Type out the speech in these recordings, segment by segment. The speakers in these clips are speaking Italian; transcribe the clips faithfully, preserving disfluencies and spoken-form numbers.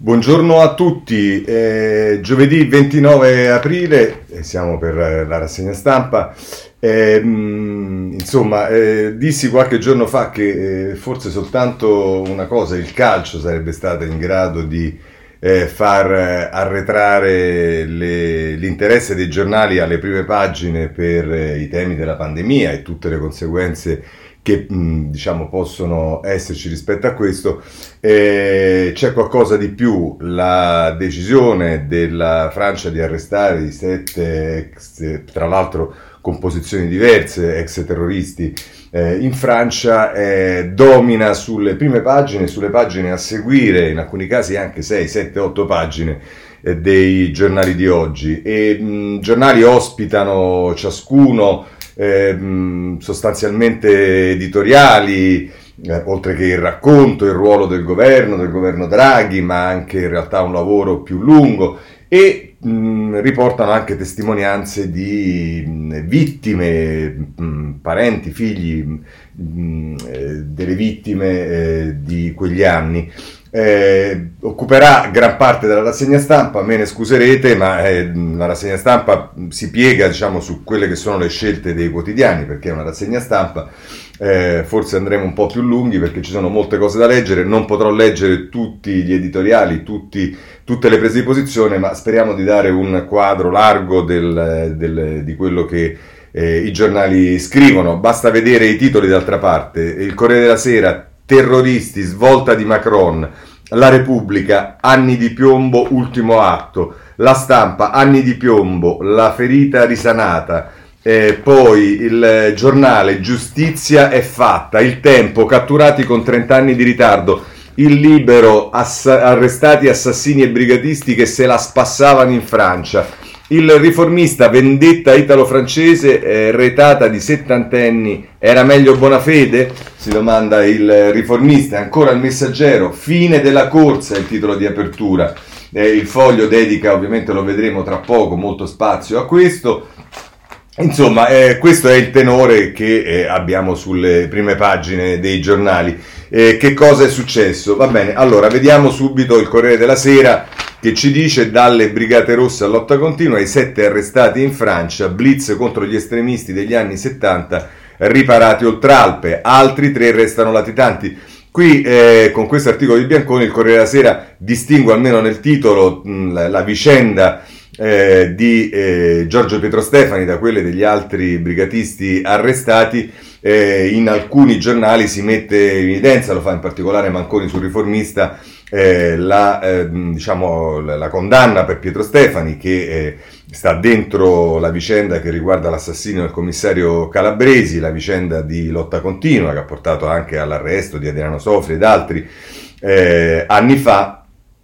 Buongiorno a tutti, eh, giovedì ventinove aprile, eh, siamo per la rassegna stampa. Eh, mh, insomma, eh, dissi qualche giorno fa che eh, forse soltanto una cosa, il calcio, sarebbe stato in grado di eh, far arretrare le, l'interesse dei giornali alle prime pagine per eh, i temi della pandemia e tutte le conseguenze che mh, diciamo possono esserci rispetto a questo. Eh, c'è qualcosa di più: la decisione della Francia di arrestare i sette ex, tra l'altro con posizioni diverse, ex terroristi eh, in Francia, eh, domina sulle prime pagine, sulle pagine a seguire, in alcuni casi anche sei, sette, otto pagine eh, dei giornali di oggi. E mh, giornali ospitano ciascuno Eh, sostanzialmente editoriali, eh, oltre che il racconto, il ruolo del governo, del governo Draghi, ma anche in realtà un lavoro più lungo, e mh, riportano anche testimonianze di mh, vittime, mh, parenti, figli mh, eh, delle vittime eh, di quegli anni. Eh, occuperà gran parte della rassegna stampa, me ne scuserete, ma eh, la rassegna stampa si piega, diciamo, su quelle che sono le scelte dei quotidiani, perché è una rassegna stampa. Eh, forse andremo un po' più lunghi perché ci sono molte cose da leggere, non potrò leggere tutti gli editoriali, tutti, tutte le prese di posizione, ma speriamo di dare un quadro largo del, del, di quello che eh, i giornali scrivono. Basta vedere i titoli, d'altra parte. Il Corriere della Sera: terroristi, svolta di Macron. La Repubblica: anni di piombo, ultimo atto. La Stampa: anni di piombo, la ferita risanata. Eh, poi il Giornale: giustizia è fatta. Il Tempo: catturati con trenta anni di ritardo. Il Libero: ass- arrestati assassini e brigatisti che se la spassavano in Francia. Il Riformista: vendetta italo-francese, eh, retata di settantenni, era meglio Bonafede? Si domanda il Riformista. Ancora il Messaggero: fine della corsa, è il titolo di apertura. Eh, il Foglio dedica, ovviamente lo vedremo tra poco, molto spazio a questo. Insomma, eh, questo è il tenore che eh, abbiamo sulle prime pagine dei giornali. Eh, che cosa è successo? Va bene, allora vediamo subito il Corriere della Sera, che ci dice: dalle Brigate Rosse a lotta continua, i sette arrestati in Francia, blitz contro gli estremisti degli anni settanta, riparati oltralpe, altri tre restano latitanti. Qui eh, con questo articolo di Bianconi il Corriere della Sera distingue, almeno nel titolo, mh, la, la vicenda eh, di eh, Giorgio Pietrostefani da quelle degli altri brigatisti arrestati. Eh, in alcuni giornali si mette in evidenza, lo fa in particolare Manconi sul Riformista, eh, la, eh, diciamo, la, la condanna per Pietrostefani, che eh, sta dentro la vicenda che riguarda l'assassinio del commissario Calabresi, la vicenda di lotta continua che ha portato anche all'arresto di Adriano Sofri ed altri eh, anni fa.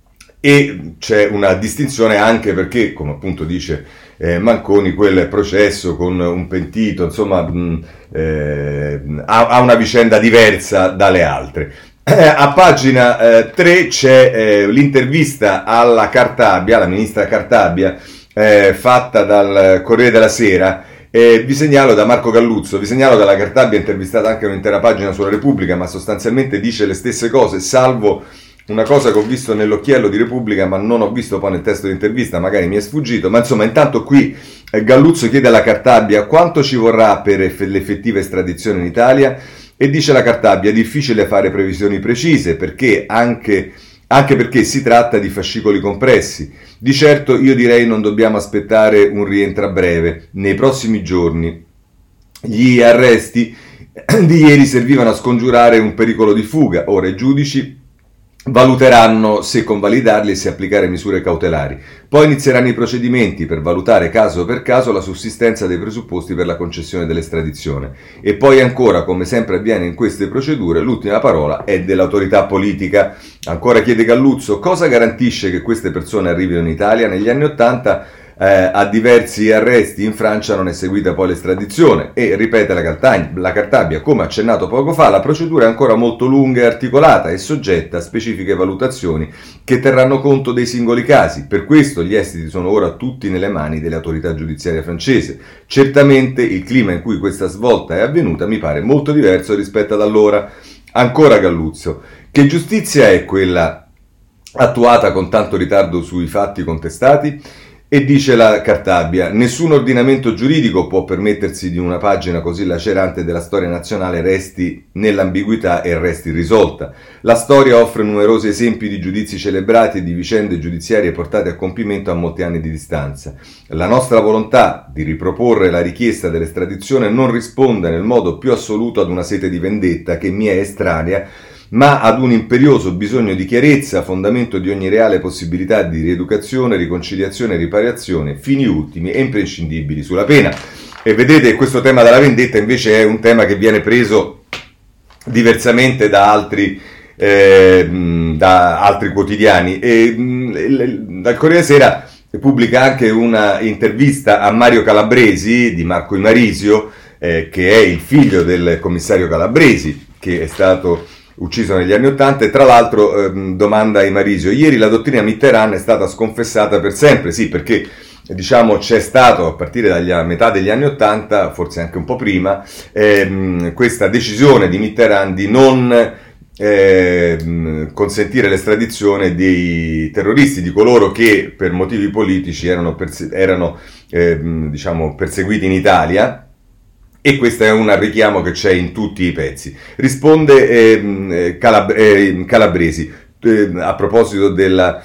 E c'è una distinzione anche perché, come appunto dice eh, Manconi, quel processo con un pentito, insomma, mh, eh, ha, ha una vicenda diversa dalle altre. Eh, a pagina eh, tre c'è eh, l'intervista alla Cartabia, alla ministra Cartabia, eh, fatta dal Corriere della Sera. Eh, vi segnalo da Marco Galluzzo, vi segnalo che la Cartabia ha intervistato anche un'intera pagina sulla Repubblica, ma sostanzialmente dice le stesse cose, salvo una cosa che ho visto nell'occhiello di Repubblica, ma non ho visto poi nel testo di intervista, magari mi è sfuggito. Ma insomma, intanto qui eh, Galluzzo chiede alla Cartabia quanto ci vorrà per eff- l'effettiva estradizione in Italia, e dice la Cartabia: è difficile fare previsioni precise, perché anche, anche perché si tratta di fascicoli compressi. Di certo io direi non dobbiamo aspettare un rientro a breve, nei prossimi giorni. Gli arresti di ieri servivano a scongiurare un pericolo di fuga, ora i giudici valuteranno se convalidarli e se applicare misure cautelari. Poi inizieranno i procedimenti per valutare caso per caso la sussistenza dei presupposti per la concessione dell'estradizione. E poi ancora, come sempre avviene in queste procedure, l'ultima parola è dell'autorità politica. Ancora chiede Galluzzo: cosa garantisce che queste persone arrivino in Italia? Negli anni Ottanta Eh, a diversi arresti in Francia non è seguita poi l'estradizione, e ripete la, Cartagna, la Cartabia, come accennato poco fa, la procedura è ancora molto lunga e articolata e soggetta a specifiche valutazioni che terranno conto dei singoli casi. Per questo gli esiti sono ora tutti nelle mani delle autorità giudiziarie francesi. Certamente il clima in cui questa svolta è avvenuta mi pare molto diverso rispetto ad allora. Ancora Galluzzo: che giustizia è quella attuata con tanto ritardo sui fatti contestati? E dice la Cartabia, nessun ordinamento giuridico può permettersi di una pagina così lacerante della storia nazionale resti nell'ambiguità e resti irrisolta. La storia offre numerosi esempi di giudizi celebrati e di vicende giudiziarie portate a compimento a molti anni di distanza. La nostra volontà di riproporre la richiesta dell'estradizione non risponde nel modo più assoluto ad una sete di vendetta che mi è estranea, ma ad un imperioso bisogno di chiarezza, fondamento di ogni reale possibilità di rieducazione, riconciliazione e riparazione, fini ultimi e imprescindibili sulla pena. E vedete che questo tema della vendetta invece è un tema che viene preso diversamente da altri, eh, da altri quotidiani. E mh, dal Corriere Sera pubblica anche una intervista a Mario Calabresi di Marco Imarisio, eh, che è il figlio del commissario Calabresi, che è stato ucciso negli anni Ottanta, e tra l'altro ehm, domanda a Imarisio, ieri la dottrina Mitterrand è stata sconfessata per sempre, sì, perché diciamo c'è stato a partire dalla metà degli anni Ottanta, forse anche un po' prima, ehm, questa decisione di Mitterrand di non ehm, consentire l'estradizione dei terroristi, di coloro che per motivi politici erano, perse- erano ehm, diciamo, perseguiti in Italia. E questo è un richiamo che c'è in tutti i pezzi. Risponde eh, Calab- eh, Calabresi eh, a proposito della,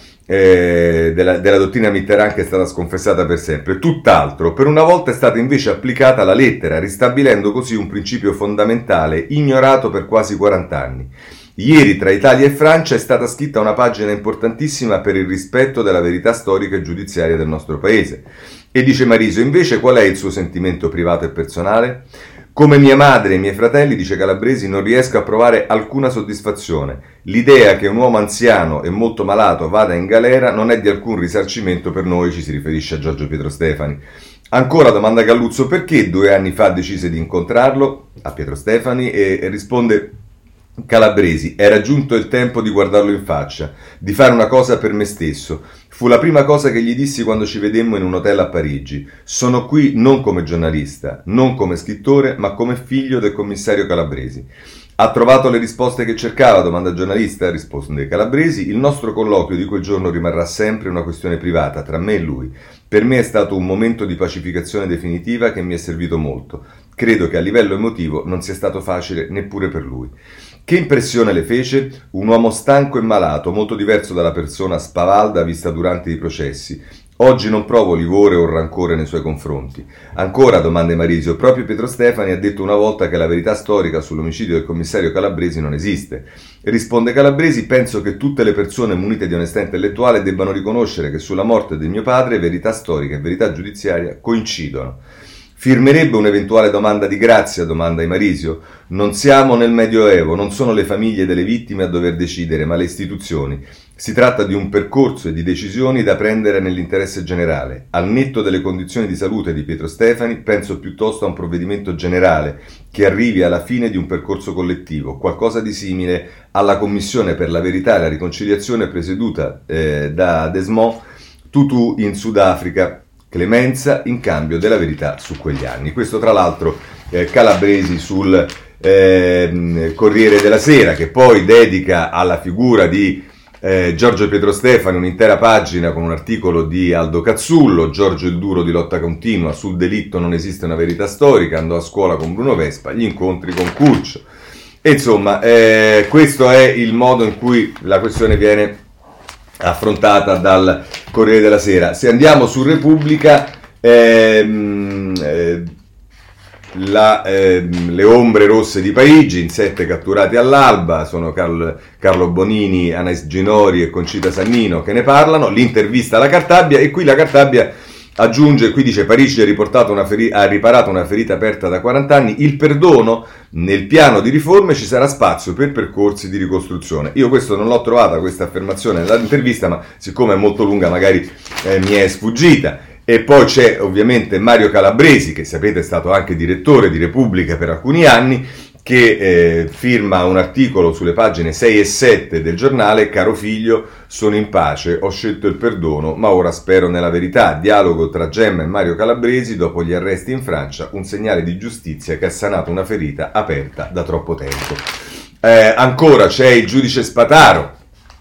eh, della, della dottrina Mitterrand che è stata sconfessata per sempre. Tutt'altro, per una volta è stata invece applicata la lettera, ristabilendo così un principio fondamentale ignorato per quasi quaranta anni. Ieri tra Italia e Francia è stata scritta una pagina importantissima per il rispetto della verità storica e giudiziaria del nostro paese. E dice Marisio, invece qual è il suo sentimento privato e personale? Come mia madre e i miei fratelli, dice Calabresi, non riesco a provare alcuna soddisfazione. L'idea che un uomo anziano e molto malato vada in galera non è di alcun risarcimento per noi, ci si riferisce a Giorgio Pietro Stefani. Ancora domanda Galluzzo, perché due anni fa decise di incontrarlo? A Pietro Stefani, e, e risponde Calabresi, era giunto il tempo di guardarlo in faccia, di fare una cosa per me stesso. Fu la prima cosa che gli dissi quando ci vedemmo in un hotel a Parigi. Sono qui non come giornalista, non come scrittore, ma come figlio del commissario Calabresi. Ha trovato le risposte che cercava? Domanda il giornalista, risponde Calabresi. Il nostro colloquio di quel giorno rimarrà sempre una questione privata tra me e lui. Per me è stato un momento di pacificazione definitiva che mi è servito molto. Credo che a livello emotivo non sia stato facile neppure per lui. Che impressione le fece? Un uomo stanco e malato, molto diverso dalla persona spavalda vista durante i processi. Oggi non provo livore o rancore nei suoi confronti. Ancora, domanda Marisio, proprio Pietro Stefani ha detto una volta che la verità storica sull'omicidio del commissario Calabresi non esiste. Risponde Calabresi, penso che tutte le persone munite di onestà intellettuale debbano riconoscere che sulla morte del mio padre verità storica e verità giudiziaria coincidono. Firmerebbe un'eventuale domanda di grazia, domanda Imarisio. Non siamo nel Medioevo, non sono le famiglie delle vittime a dover decidere, ma le istituzioni. Si tratta di un percorso e di decisioni da prendere nell'interesse generale. Al netto delle condizioni di salute di Pietro Stefani, penso piuttosto a un provvedimento generale che arrivi alla fine di un percorso collettivo, qualcosa di simile alla Commissione per la verità e la riconciliazione presieduta eh, da Desmond Tutu in Sudafrica. Clemenza in cambio della verità su quegli anni. Questo tra l'altro eh, Calabresi sul eh, Corriere della Sera, che poi dedica alla figura di eh, Giorgio Pietro Stefani un'intera pagina con un articolo di Aldo Cazzullo, Giorgio il duro di lotta continua, sul delitto non esiste una verità storica, andò a scuola con Bruno Vespa, gli incontri con Curcio. E insomma, eh, questo è il modo in cui la questione viene affrontata dal Corriere della Sera. Se andiamo su Repubblica, ehm, eh, la, ehm, le ombre rosse di Parigi, in sette catturati all'alba, sono Carlo, Carlo Bonini, Anais Ginori e Concita Sannino che ne parlano, l'intervista alla Cartabia, e qui la Cartabia aggiunge, qui dice Parigi ha, riportato una feri- ha riparato una ferita aperta da quaranta anni, il perdono, nel piano di riforme ci sarà spazio per percorsi di ricostruzione. Io questo non l'ho trovata, questa affermazione nell'intervista, ma siccome è molto lunga magari eh, mi è sfuggita. E poi c'è ovviamente Mario Calabresi, che sapete è stato anche direttore di Repubblica per alcuni anni, che eh, firma un articolo sulle pagine sei e sette del giornale. Caro figlio, sono in pace, ho scelto il perdono, ma ora spero nella verità. Dialogo tra Gemma e Mario Calabresi dopo gli arresti in Francia, un segnale di giustizia che ha sanato una ferita aperta da troppo tempo. Eh, ancora c'è il giudice Spataro,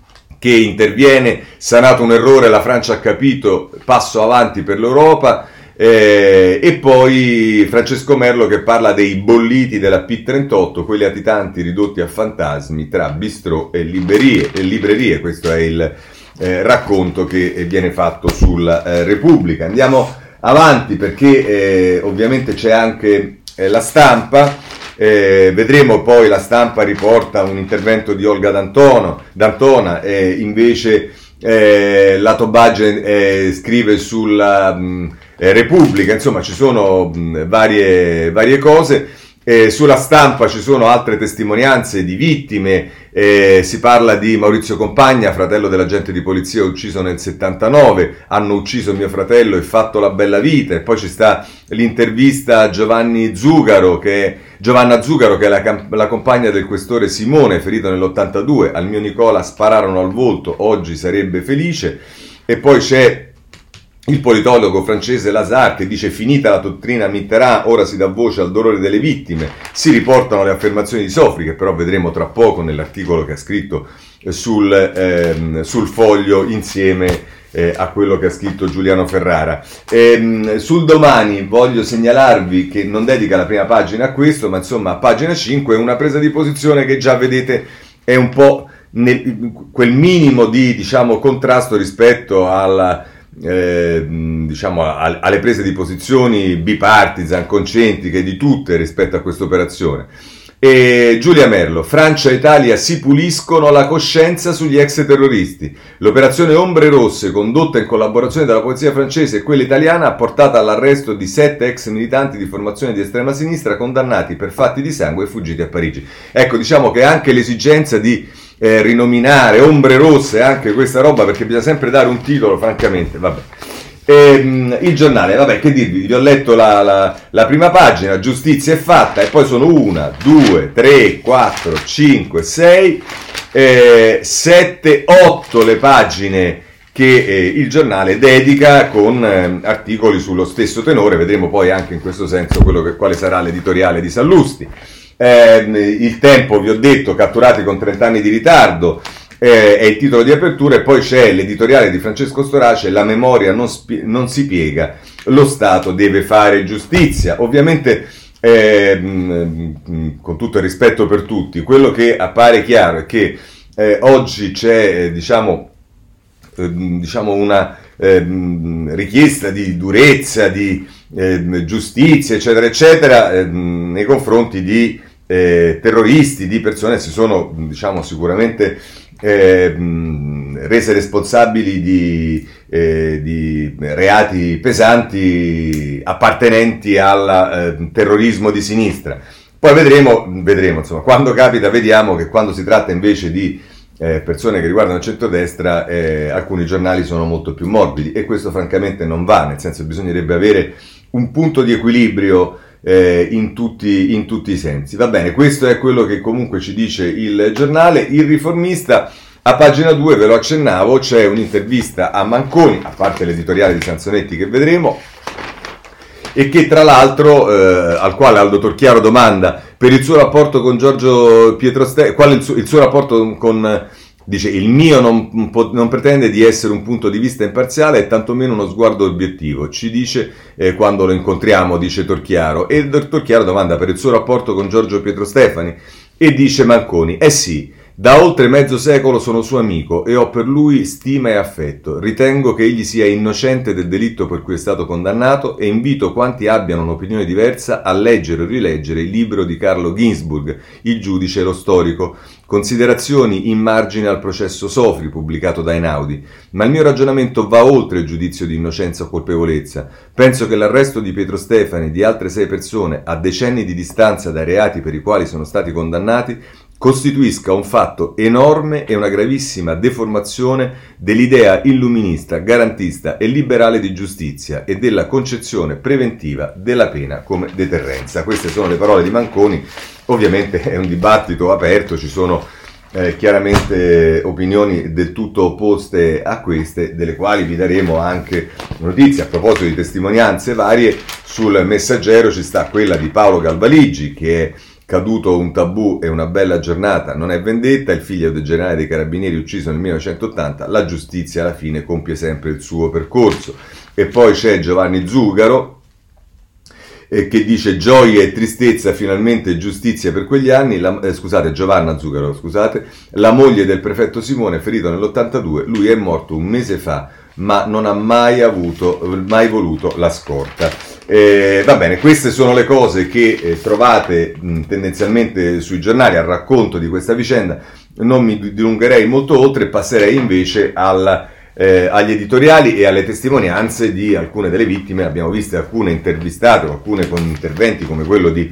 che interviene, sanato un errore, la Francia ha capito, passo avanti per l'Europa. Eh, e poi Francesco Merlo che parla dei bolliti della P trentotto, quelli atitanti ridotti a fantasmi tra bistrò e librerie, e librerie. Questo è il eh, racconto che viene fatto sulla eh, Repubblica. Andiamo avanti perché eh, ovviamente c'è anche eh, la Stampa. Eh, vedremo poi, la Stampa riporta un intervento di Olga D'Antono, D'Antona, e invece eh, la Tobagge eh, scrive sulla mh, eh, Repubblica. Insomma, ci sono mh, varie, varie cose. Eh, sulla Stampa ci sono altre testimonianze di vittime, eh, si parla di Maurizio Compagna, fratello dell'agente di polizia ucciso nel settantanove, hanno ucciso mio fratello e fatto la bella vita. E poi ci sta l'intervista a Giovanni Zugaro, che Giovanna Zugaro, che è la, la compagna del questore Simone, ferito nell'ottantadue, al mio Nicola spararono al volto, oggi sarebbe felice. E poi c'è il politologo francese Lazare che dice: finita la dottrina Mitterrand, ora si dà voce al dolore delle vittime. Si riportano le affermazioni di Sofri, che però vedremo tra poco nell'articolo che ha scritto sul, ehm, sul Foglio insieme eh, a quello che ha scritto Giuliano Ferrara. Ehm, sul Domani voglio segnalarvi che non dedica la prima pagina a questo, ma insomma a pagina cinque è una presa di posizione che già vedete è un po' nel, quel minimo di, diciamo, contrasto rispetto alla Eh, diciamo a, alle prese di posizioni bipartisan, concentriche di tutte rispetto a questa operazione. E Giulia Merlo: Francia e Italia si puliscono la coscienza sugli ex terroristi. L'operazione Ombre Rosse, condotta in collaborazione dalla polizia francese e quella italiana, ha portato all'arresto di sette ex militanti di formazione di estrema sinistra condannati per fatti di sangue e fuggiti a Parigi. Ecco, diciamo che anche l'esigenza di Eh, rinominare Ombre Rosse anche questa roba, perché bisogna sempre dare un titolo, francamente, vabbè. Ehm, il Giornale, vabbè, che dirvi, vi ho letto la, la, la prima pagina, giustizia è fatta, e poi sono una, due, tre, quattro, cinque, sei, sette, otto le pagine che eh, il Giornale dedica con eh, articoli sullo stesso tenore. Vedremo poi anche in questo senso quello che, quale sarà l'editoriale di Sallusti. Eh, il Tempo, vi ho detto, catturati con trenta anni di ritardo, eh, è il titolo di apertura, e poi c'è l'editoriale di Francesco Storace, la memoria non, spi- non si piega, lo Stato deve fare giustizia. Ovviamente, eh, mh, con tutto il rispetto per tutti, quello che appare chiaro è che eh, oggi c'è eh, diciamo, eh, diciamo una eh, richiesta di durezza, di eh, giustizia, eccetera, eccetera, eh, nei confronti di eh, terroristi, di persone che si sono, diciamo, sicuramente eh, rese responsabili di, eh, di reati pesanti appartenenti al eh, terrorismo di sinistra. Poi vedremo, vedremo, insomma, quando capita vediamo che quando si tratta invece di eh, persone che riguardano il centrodestra, eh, alcuni giornali sono molto più morbidi, e questo francamente non va, nel senso che bisognerebbe avere un punto di equilibrio eh, in, tutti, in tutti i sensi. Va bene, questo è quello che comunque ci dice il Giornale. Il Riformista, a pagina due, ve lo accennavo, c'è un'intervista a Manconi, a parte l'editoriale di Sansonetti che vedremo, e che tra l'altro, eh, al quale Aldo Torchiaro domanda per il suo rapporto con Giorgio Pietrostefani, qual è il suo, il suo rapporto con... Dice: il mio non, non pretende di essere un punto di vista imparziale e tantomeno uno sguardo obiettivo, ci dice eh, quando lo incontriamo, dice Torchiaro. E Torchiaro domanda per il suo rapporto con Giorgio Pietrostefani, e dice Manconi: eh sì, da oltre mezzo secolo sono suo amico e ho per lui stima e affetto. Ritengo che egli sia innocente del delitto per cui è stato condannato e invito quanti abbiano un'opinione diversa a leggere o rileggere il libro di Carlo Ginzburg, Il giudice e lo storico, considerazioni in margine al processo Sofri, pubblicato da Einaudi. Ma il mio ragionamento va oltre il giudizio di innocenza o colpevolezza. Penso che l'arresto di Pietrostefani e di altre sei persone a decenni di distanza dai reati per i quali sono stati condannati costituisca un fatto enorme e una gravissima deformazione dell'idea illuminista, garantista e liberale di giustizia e della concezione preventiva della pena come deterrenza. Queste sono le parole di Manconi. Ovviamente è un dibattito aperto, ci sono eh, chiaramente opinioni del tutto opposte a queste, delle quali vi daremo anche notizie. A proposito di testimonianze varie, sul Messaggero ci sta quella di Paolo Galvaligi, che è caduto un tabù e una bella giornata, non è vendetta, il figlio del generale dei carabinieri ucciso nel millenovecentottanta, la giustizia alla fine compie sempre il suo percorso. E poi c'è Giovanni Zugaro, eh, che dice gioia e tristezza, finalmente giustizia per quegli anni, la, eh, scusate, Giovanna Zugaro, scusate, la moglie del prefetto Simone, ferito nell'ottantadue, lui è morto un mese fa, ma non ha mai avuto, mai voluto la scorta. Eh, va bene, queste sono le cose che eh, trovate mh, tendenzialmente sui giornali, al racconto di questa vicenda. Non mi dilungherei molto oltre, passerei invece al, eh, agli editoriali e alle testimonianze di alcune delle vittime. Abbiamo visto alcune intervistate, alcune con interventi come quello di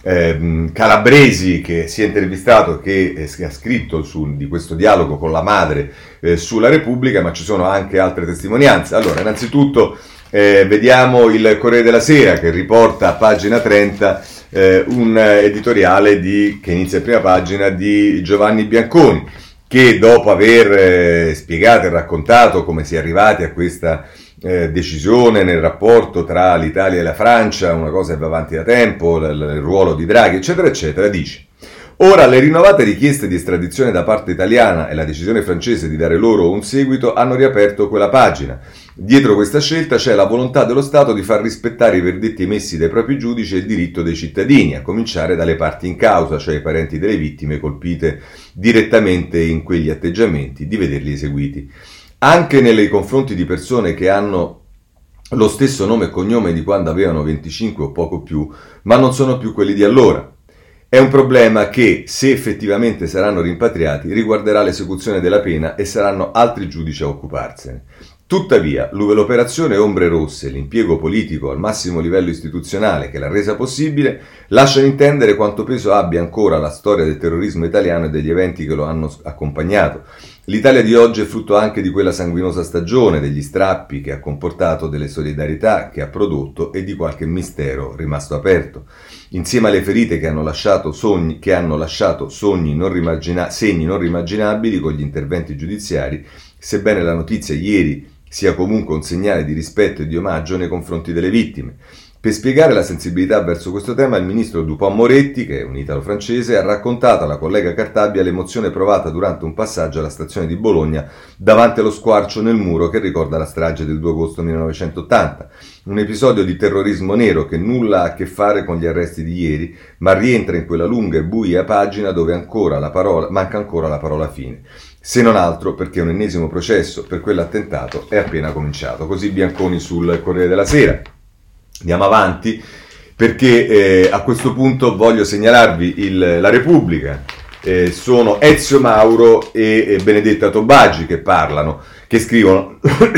eh, Calabresi, che si è intervistato, che, eh, che ha scritto su, di questo dialogo con la madre eh, sulla Repubblica, ma ci sono anche altre testimonianze. Allora, innanzitutto Eh, vediamo il Corriere della Sera, che riporta a pagina trenta eh, un editoriale di, che inizia a prima pagina, di Giovanni Bianconi, che dopo aver eh, spiegato e raccontato come si è arrivati a questa eh, decisione nel rapporto tra l'Italia e la Francia, una cosa che va avanti da tempo, l- l- il ruolo di Draghi, eccetera, eccetera, dice: ora le rinnovate richieste di estradizione da parte italiana e la decisione francese di dare loro un seguito hanno riaperto quella pagina. Dietro questa scelta c'è la volontà dello Stato di far rispettare i verdetti emessi dai propri giudici e il diritto dei cittadini, a cominciare dalle parti in causa, cioè i parenti delle vittime colpite direttamente in quegli atteggiamenti, di vederli eseguiti. Anche nei confronti di persone che hanno lo stesso nome e cognome di quando avevano venticinque o poco più, ma non sono più quelli di allora. È un problema che, se effettivamente saranno rimpatriati, riguarderà l'esecuzione della pena e saranno altri giudici a occuparsene. Tuttavia, l'operazione Ombre Rosse, l'impiego politico al massimo livello istituzionale che l'ha resa possibile, lasciano intendere quanto peso abbia ancora la storia del terrorismo italiano e degli eventi che lo hanno accompagnato. L'Italia di oggi è frutto anche di quella sanguinosa stagione, degli strappi che ha comportato, delle solidarietà che ha prodotto e di qualche mistero rimasto aperto. Insieme alle ferite che hanno lasciato sogni, che hanno lasciato sogni non rimagina- segni non rimarginabili con gli interventi giudiziari, sebbene la notizia ieri sia comunque un segnale di rispetto e di omaggio nei confronti delle vittime. Per spiegare la sensibilità verso questo tema, il ministro Dupont-Moretti, che è un italo-francese, ha raccontato alla collega Cartabia l'emozione provata durante un passaggio alla stazione di Bologna davanti allo squarcio nel muro che ricorda la strage del due agosto millenovecentottanta. Un episodio di terrorismo nero che nulla ha a che fare con gli arresti di ieri, ma rientra in quella lunga e buia pagina dove ancora la parola, manca ancora la parola fine. Se non altro perché un ennesimo processo per quell'attentato è appena cominciato. Così Bianconi sul Corriere della Sera. Andiamo avanti, perché eh, a questo punto voglio segnalarvi il, la Repubblica. Eh, sono Ezio Mauro e, e Benedetta Tobagi che parlano, che scrivono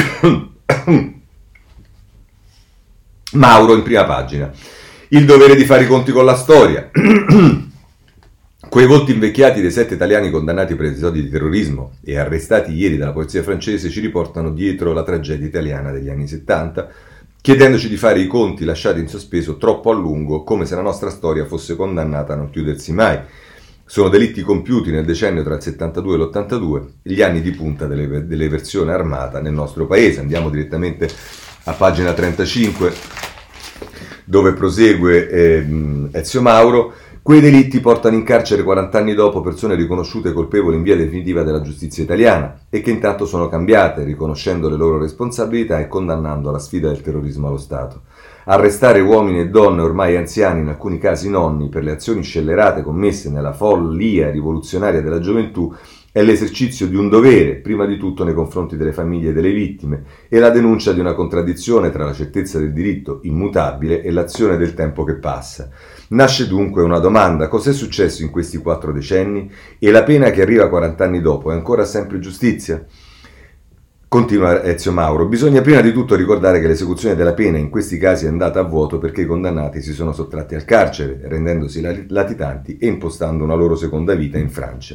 Mauro in prima pagina: il dovere di fare i conti con la storia. Quei volti invecchiati dei sette italiani condannati per episodi di terrorismo e arrestati ieri dalla polizia francese ci riportano dietro la tragedia italiana degli anni settanta, chiedendoci di fare i conti lasciati in sospeso troppo a lungo, come se la nostra storia fosse condannata a non chiudersi mai. Sono delitti compiuti nel decennio tra il settantadue e l'ottantadue, gli anni di punta delle, dell'eversione armata nel nostro paese. Andiamo direttamente a pagina trentacinque, dove prosegue eh, Ezio Mauro. Quei delitti portano in carcere quaranta anni dopo persone riconosciute colpevoli in via definitiva dalla giustizia italiana e che intanto sono cambiate, riconoscendo le loro responsabilità e condannando alla sfida del terrorismo allo Stato. Arrestare uomini e donne ormai anziani, in alcuni casi nonni, per le azioni scellerate commesse nella follia rivoluzionaria della gioventù è l'esercizio di un dovere, prima di tutto nei confronti delle famiglie delle vittime, e la denuncia di una contraddizione tra la certezza del diritto immutabile e l'azione del tempo che passa. Nasce dunque una domanda: cos'è successo in questi quattro decenni? E la pena che arriva quaranta anni dopo è ancora sempre giustizia? Continua Ezio Mauro: bisogna prima di tutto ricordare che l'esecuzione della pena in questi casi è andata a vuoto perché i condannati si sono sottratti al carcere, rendendosi latitanti e impostando una loro seconda vita in Francia.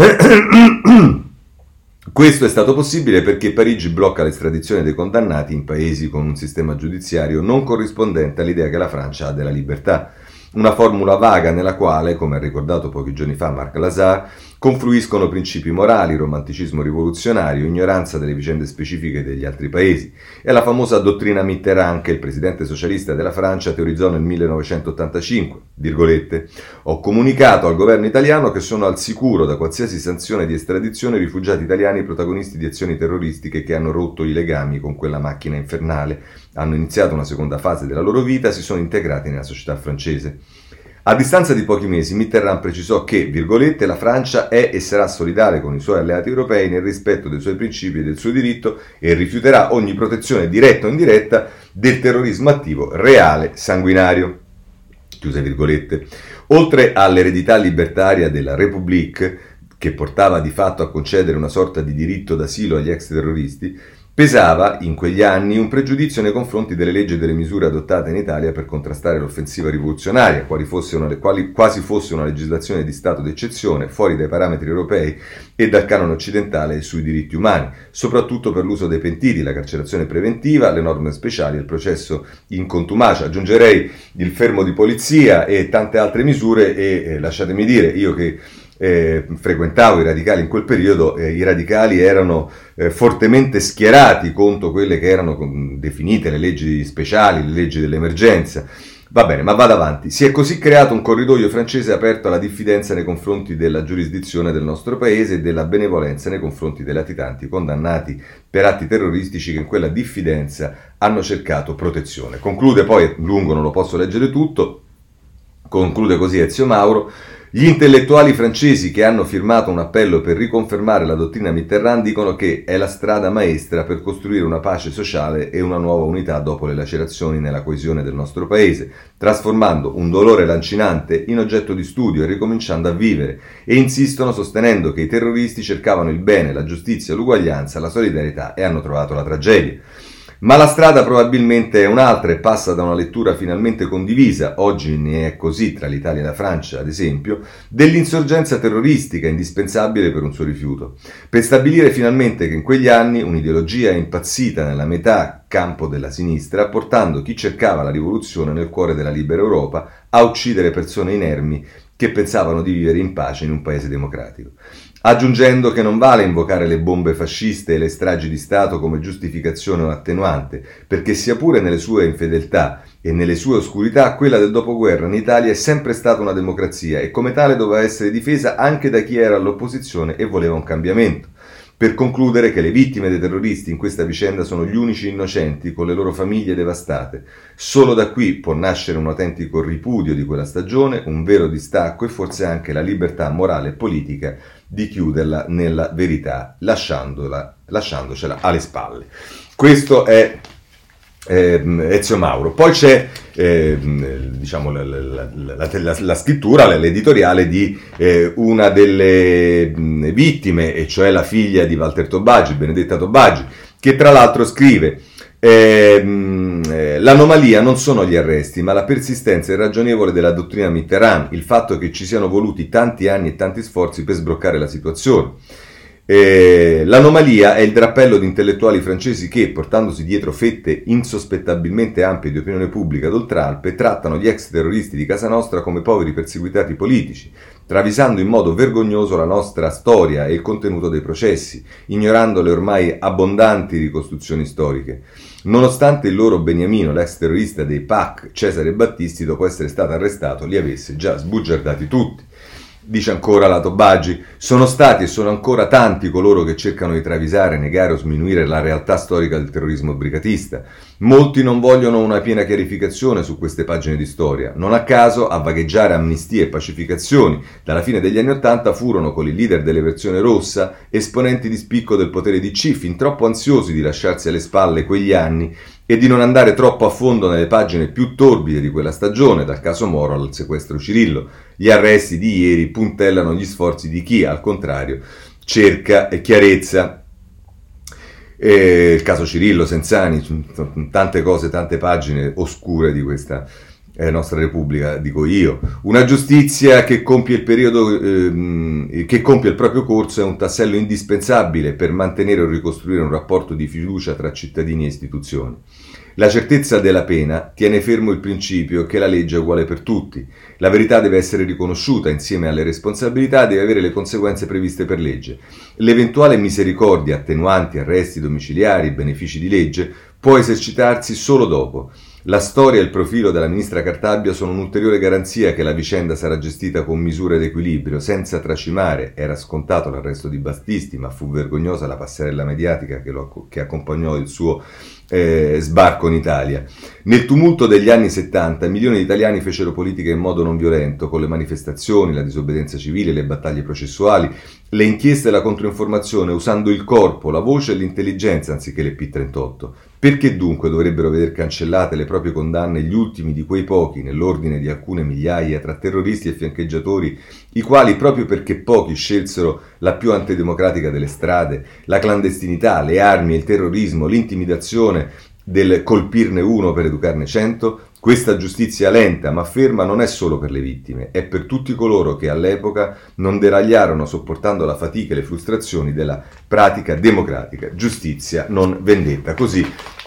Questo è stato possibile perché Parigi blocca l'estradizione dei condannati in paesi con un sistema giudiziario non corrispondente all'idea che la Francia ha della libertà. Una formula vaga nella quale, come ha ricordato pochi giorni fa Marc Lazare, confluiscono principi morali, romanticismo rivoluzionario, ignoranza delle vicende specifiche degli altri paesi. È la famosa dottrina Mitterrand che il presidente socialista della Francia teorizzò nel millenovecentottantacinque, virgolette, ho comunicato al governo italiano che sono al sicuro da qualsiasi sanzione di estradizione i rifugiati italiani protagonisti di azioni terroristiche che hanno rotto i legami con quella macchina infernale, hanno iniziato una seconda fase della loro vita e si sono integrati nella società francese. A distanza di pochi mesi Mitterrand precisò che, virgolette, la Francia è e sarà solidale con i suoi alleati europei nel rispetto dei suoi principi e del suo diritto e rifiuterà ogni protezione diretta o indiretta del terrorismo attivo, reale, sanguinario. Chiuse virgolette. Oltre all'eredità libertaria della République, che portava di fatto a concedere una sorta di diritto d'asilo agli ex terroristi, pesava in quegli anni un pregiudizio nei confronti delle leggi e delle misure adottate in Italia per contrastare l'offensiva rivoluzionaria, quali fosse una, quali, quasi fosse una legislazione di stato d'eccezione, fuori dai parametri europei e dal canone occidentale sui diritti umani, soprattutto per l'uso dei pentiti, la carcerazione preventiva, le norme speciali, il processo in contumacia. Aggiungerei il fermo di polizia e tante altre misure e eh, lasciatemi dire, io che Eh, frequentavo i radicali in quel periodo, eh, i radicali erano eh, fortemente schierati contro quelle che erano con, definite le leggi speciali, le leggi dell'emergenza. Va bene, ma vado avanti. Si è così creato un corridoio francese aperto alla diffidenza nei confronti della giurisdizione del nostro paese e della benevolenza nei confronti dei latitanti condannati per atti terroristici che in quella diffidenza hanno cercato protezione. Conclude poi, è lungo, non lo posso leggere tutto, conclude così Ezio Mauro. Gli intellettuali francesi che hanno firmato un appello per riconfermare la dottrina Mitterrand dicono che è la strada maestra per costruire una pace sociale e una nuova unità dopo le lacerazioni nella coesione del nostro paese, trasformando un dolore lancinante in oggetto di studio e ricominciando a vivere, e insistono sostenendo che i terroristi cercavano il bene, la giustizia, l'uguaglianza, la solidarietà e hanno trovato la tragedia. Ma la strada probabilmente è un'altra e passa da una lettura finalmente condivisa, oggi ne è così tra l'Italia e la Francia, ad esempio, dell'insorgenza terroristica indispensabile per un suo rifiuto, per stabilire finalmente che in quegli anni un'ideologia è impazzita nella metà campo della sinistra, portando chi cercava la rivoluzione nel cuore della libera Europa a uccidere persone inermi che pensavano di vivere in pace in un paese democratico. Aggiungendo che non vale invocare le bombe fasciste e le stragi di Stato come giustificazione o attenuante, perché sia pure nelle sue infedeltà e nelle sue oscurità, quella del dopoguerra in Italia è sempre stata una democrazia e come tale doveva essere difesa anche da chi era all'opposizione e voleva un cambiamento. Per concludere che le vittime dei terroristi in questa vicenda sono gli unici innocenti con le loro famiglie devastate. Solo da qui può nascere un autentico ripudio di quella stagione, un vero distacco e forse anche la libertà morale e politica di chiuderla nella verità, lasciandola, lasciandocela alle spalle. Questo è eh, Ezio Mauro. Poi c'è eh, diciamo la, la, la, la, la scrittura, l'editoriale di eh, una delle mh, vittime, e cioè la figlia di Walter Tobagi, Benedetta Tobagi, che tra l'altro scrive: Eh, l'anomalia non sono gli arresti, ma la persistenza irragionevole della dottrina Mitterrand, il fatto che ci siano voluti tanti anni e tanti sforzi per sbloccare la situazione. Eh, l'anomalia è il drappello di intellettuali francesi che, portandosi dietro fette insospettabilmente ampie di opinione pubblica d'oltralpe, trattano gli ex terroristi di casa nostra come poveri perseguitati politici, travisando in modo vergognoso la nostra storia e il contenuto dei processi, ignorando le ormai abbondanti ricostruzioni storiche. Nonostante il loro beniamino, l'ex terrorista dei P A C, Cesare Battisti, dopo essere stato arrestato, li avesse già sbugiardati tutti. Dice ancora la Tobagi, sono stati e sono ancora tanti coloro che cercano di travisare, negare o sminuire la realtà storica del terrorismo brigatista. Molti non vogliono una piena chiarificazione su queste pagine di storia. Non a caso, a vagheggiare amnistie e pacificazioni dalla fine degli anni Ottanta furono, con il leader dell'eversione rossa, esponenti di spicco del potere D C, fin troppo ansiosi di lasciarsi alle spalle quegli anni e di non andare troppo a fondo nelle pagine più torbide di quella stagione, dal caso Moro al sequestro Cirillo. Gli arresti di ieri puntellano gli sforzi di chi, al contrario, cerca chiarezza. E il caso Cirillo, Senzani, tante cose, tante pagine oscure di questa eh, nostra Repubblica, dico io. Una giustizia che compie il periodo, ehm, che compie il proprio corso è un tassello indispensabile per mantenere o ricostruire un rapporto di fiducia tra cittadini e istituzioni. La certezza della pena tiene fermo il principio che la legge è uguale per tutti. La verità deve essere riconosciuta insieme alle responsabilità, deve avere le conseguenze previste per legge. L'eventuale misericordia, attenuanti, arresti domiciliari, benefici di legge, può esercitarsi solo dopo. La storia e il profilo della ministra Cartabia sono un'ulteriore garanzia che la vicenda sarà gestita con misura ed equilibrio, senza tracimare. Era scontato l'arresto di Battisti, ma fu vergognosa la passerella mediatica che, lo, che accompagnò il suo eh, sbarco in Italia. Nel tumulto degli anni settanta, milioni di italiani fecero politica in modo non violento, con le manifestazioni, la disobbedienza civile, le battaglie processuali, le inchieste e la controinformazione, usando il corpo, la voce e l'intelligenza anziché le P trentotto. Perché dunque dovrebbero veder cancellate le proprie condanne gli ultimi di quei pochi, nell'ordine di alcune migliaia, tra terroristi e fiancheggiatori, i quali, proprio perché pochi scelsero la più antidemocratica delle strade, la clandestinità, le armi, il terrorismo, l'intimidazione del colpirne uno per educarne cento? Questa giustizia lenta ma ferma non è solo per le vittime, è per tutti coloro che all'epoca non deragliarono sopportando la fatica e le frustrazioni della pratica democratica. Giustizia, non vendetta. Così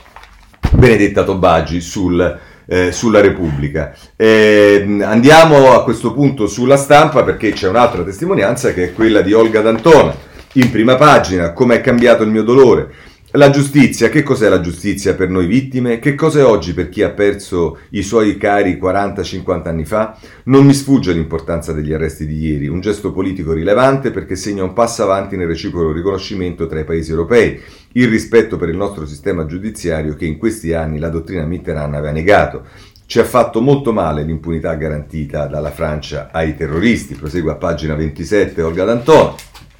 Benedetta Tobagi sul, eh, sulla Repubblica. Eh, andiamo a questo punto sulla Stampa, perché c'è un'altra testimonianza che è quella di Olga D'Antona. In prima pagina, com'è cambiato il mio dolore. La giustizia, che cos'è la giustizia per noi vittime? Che cos'è oggi per chi ha perso i suoi cari quaranta cinquanta anni fa? Non mi sfugge l'importanza degli arresti di ieri, un gesto politico rilevante perché segna un passo avanti nel reciproco riconoscimento tra i paesi europei, il rispetto per il nostro sistema giudiziario che in questi anni la dottrina Mitterrand aveva negato. Ci ha fatto molto male l'impunità garantita dalla Francia ai terroristi, prosegue a pagina ventisette Olga D'Antona.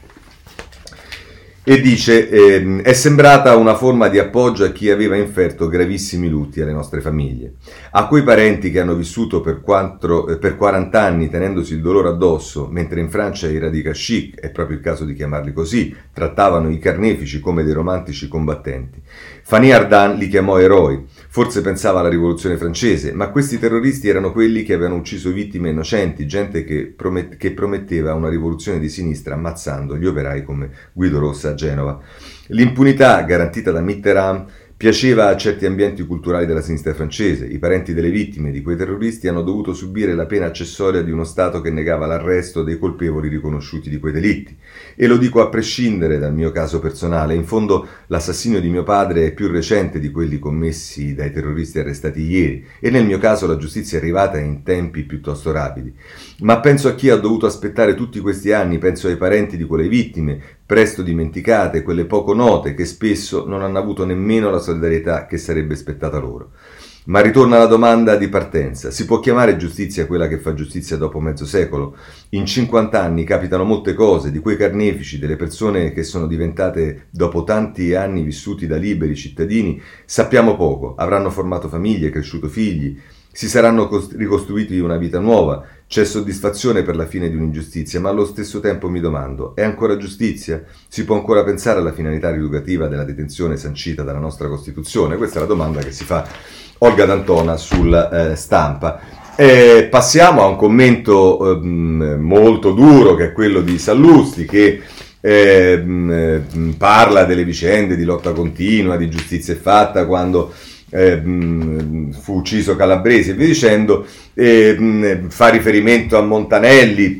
E dice, eh, è sembrata una forma di appoggio a chi aveva inferto gravissimi lutti alle nostre famiglie. A quei parenti che hanno vissuto per, quattro, eh, per quaranta anni tenendosi il dolore addosso, mentre in Francia i radical chic, è proprio il caso di chiamarli così, trattavano i carnefici come dei romantici combattenti. Fanny Ardant li chiamò eroi, forse pensava alla rivoluzione francese, ma questi terroristi erano quelli che avevano ucciso vittime innocenti, gente che, promet- che prometteva una rivoluzione di sinistra ammazzando gli operai come Guido Rossa a Genova. L'impunità garantita da Mitterrand piaceva a certi ambienti culturali della sinistra francese. I parenti delle vittime di quei terroristi hanno dovuto subire la pena accessoria di uno Stato che negava l'arresto dei colpevoli riconosciuti di quei delitti. E lo dico a prescindere dal mio caso personale. In fondo l'assassinio di mio padre è più recente di quelli commessi dai terroristi arrestati ieri e nel mio caso la giustizia è arrivata in tempi piuttosto rapidi. Ma penso a chi ha dovuto aspettare tutti questi anni, penso ai parenti di quelle vittime, presto dimenticate, quelle poco note che spesso non hanno avuto nemmeno la solidarietà che sarebbe spettata loro. Ma ritorna alla domanda di partenza. Si può chiamare giustizia quella che fa giustizia dopo mezzo secolo? In cinquanta anni capitano molte cose, di quei carnefici, delle persone che sono diventate, dopo tanti anni vissuti da liberi cittadini, sappiamo poco. Avranno formato famiglie, cresciuto figli, si saranno cost- ricostruiti una vita nuova. C'è soddisfazione per la fine di un'ingiustizia, ma allo stesso tempo mi domando, è ancora giustizia? Si può ancora pensare alla finalità rieducativa della detenzione sancita dalla nostra Costituzione? Questa è la domanda che si fa Olga D'Antona sul eh, Stampa. E passiamo a un commento eh, molto duro, che è quello di Sallusti, che eh, mh, parla delle vicende di lotta continua, di giustizia fatta, quando Eh, fu ucciso Calabresi e via dicendo, eh, fa riferimento a Montanelli,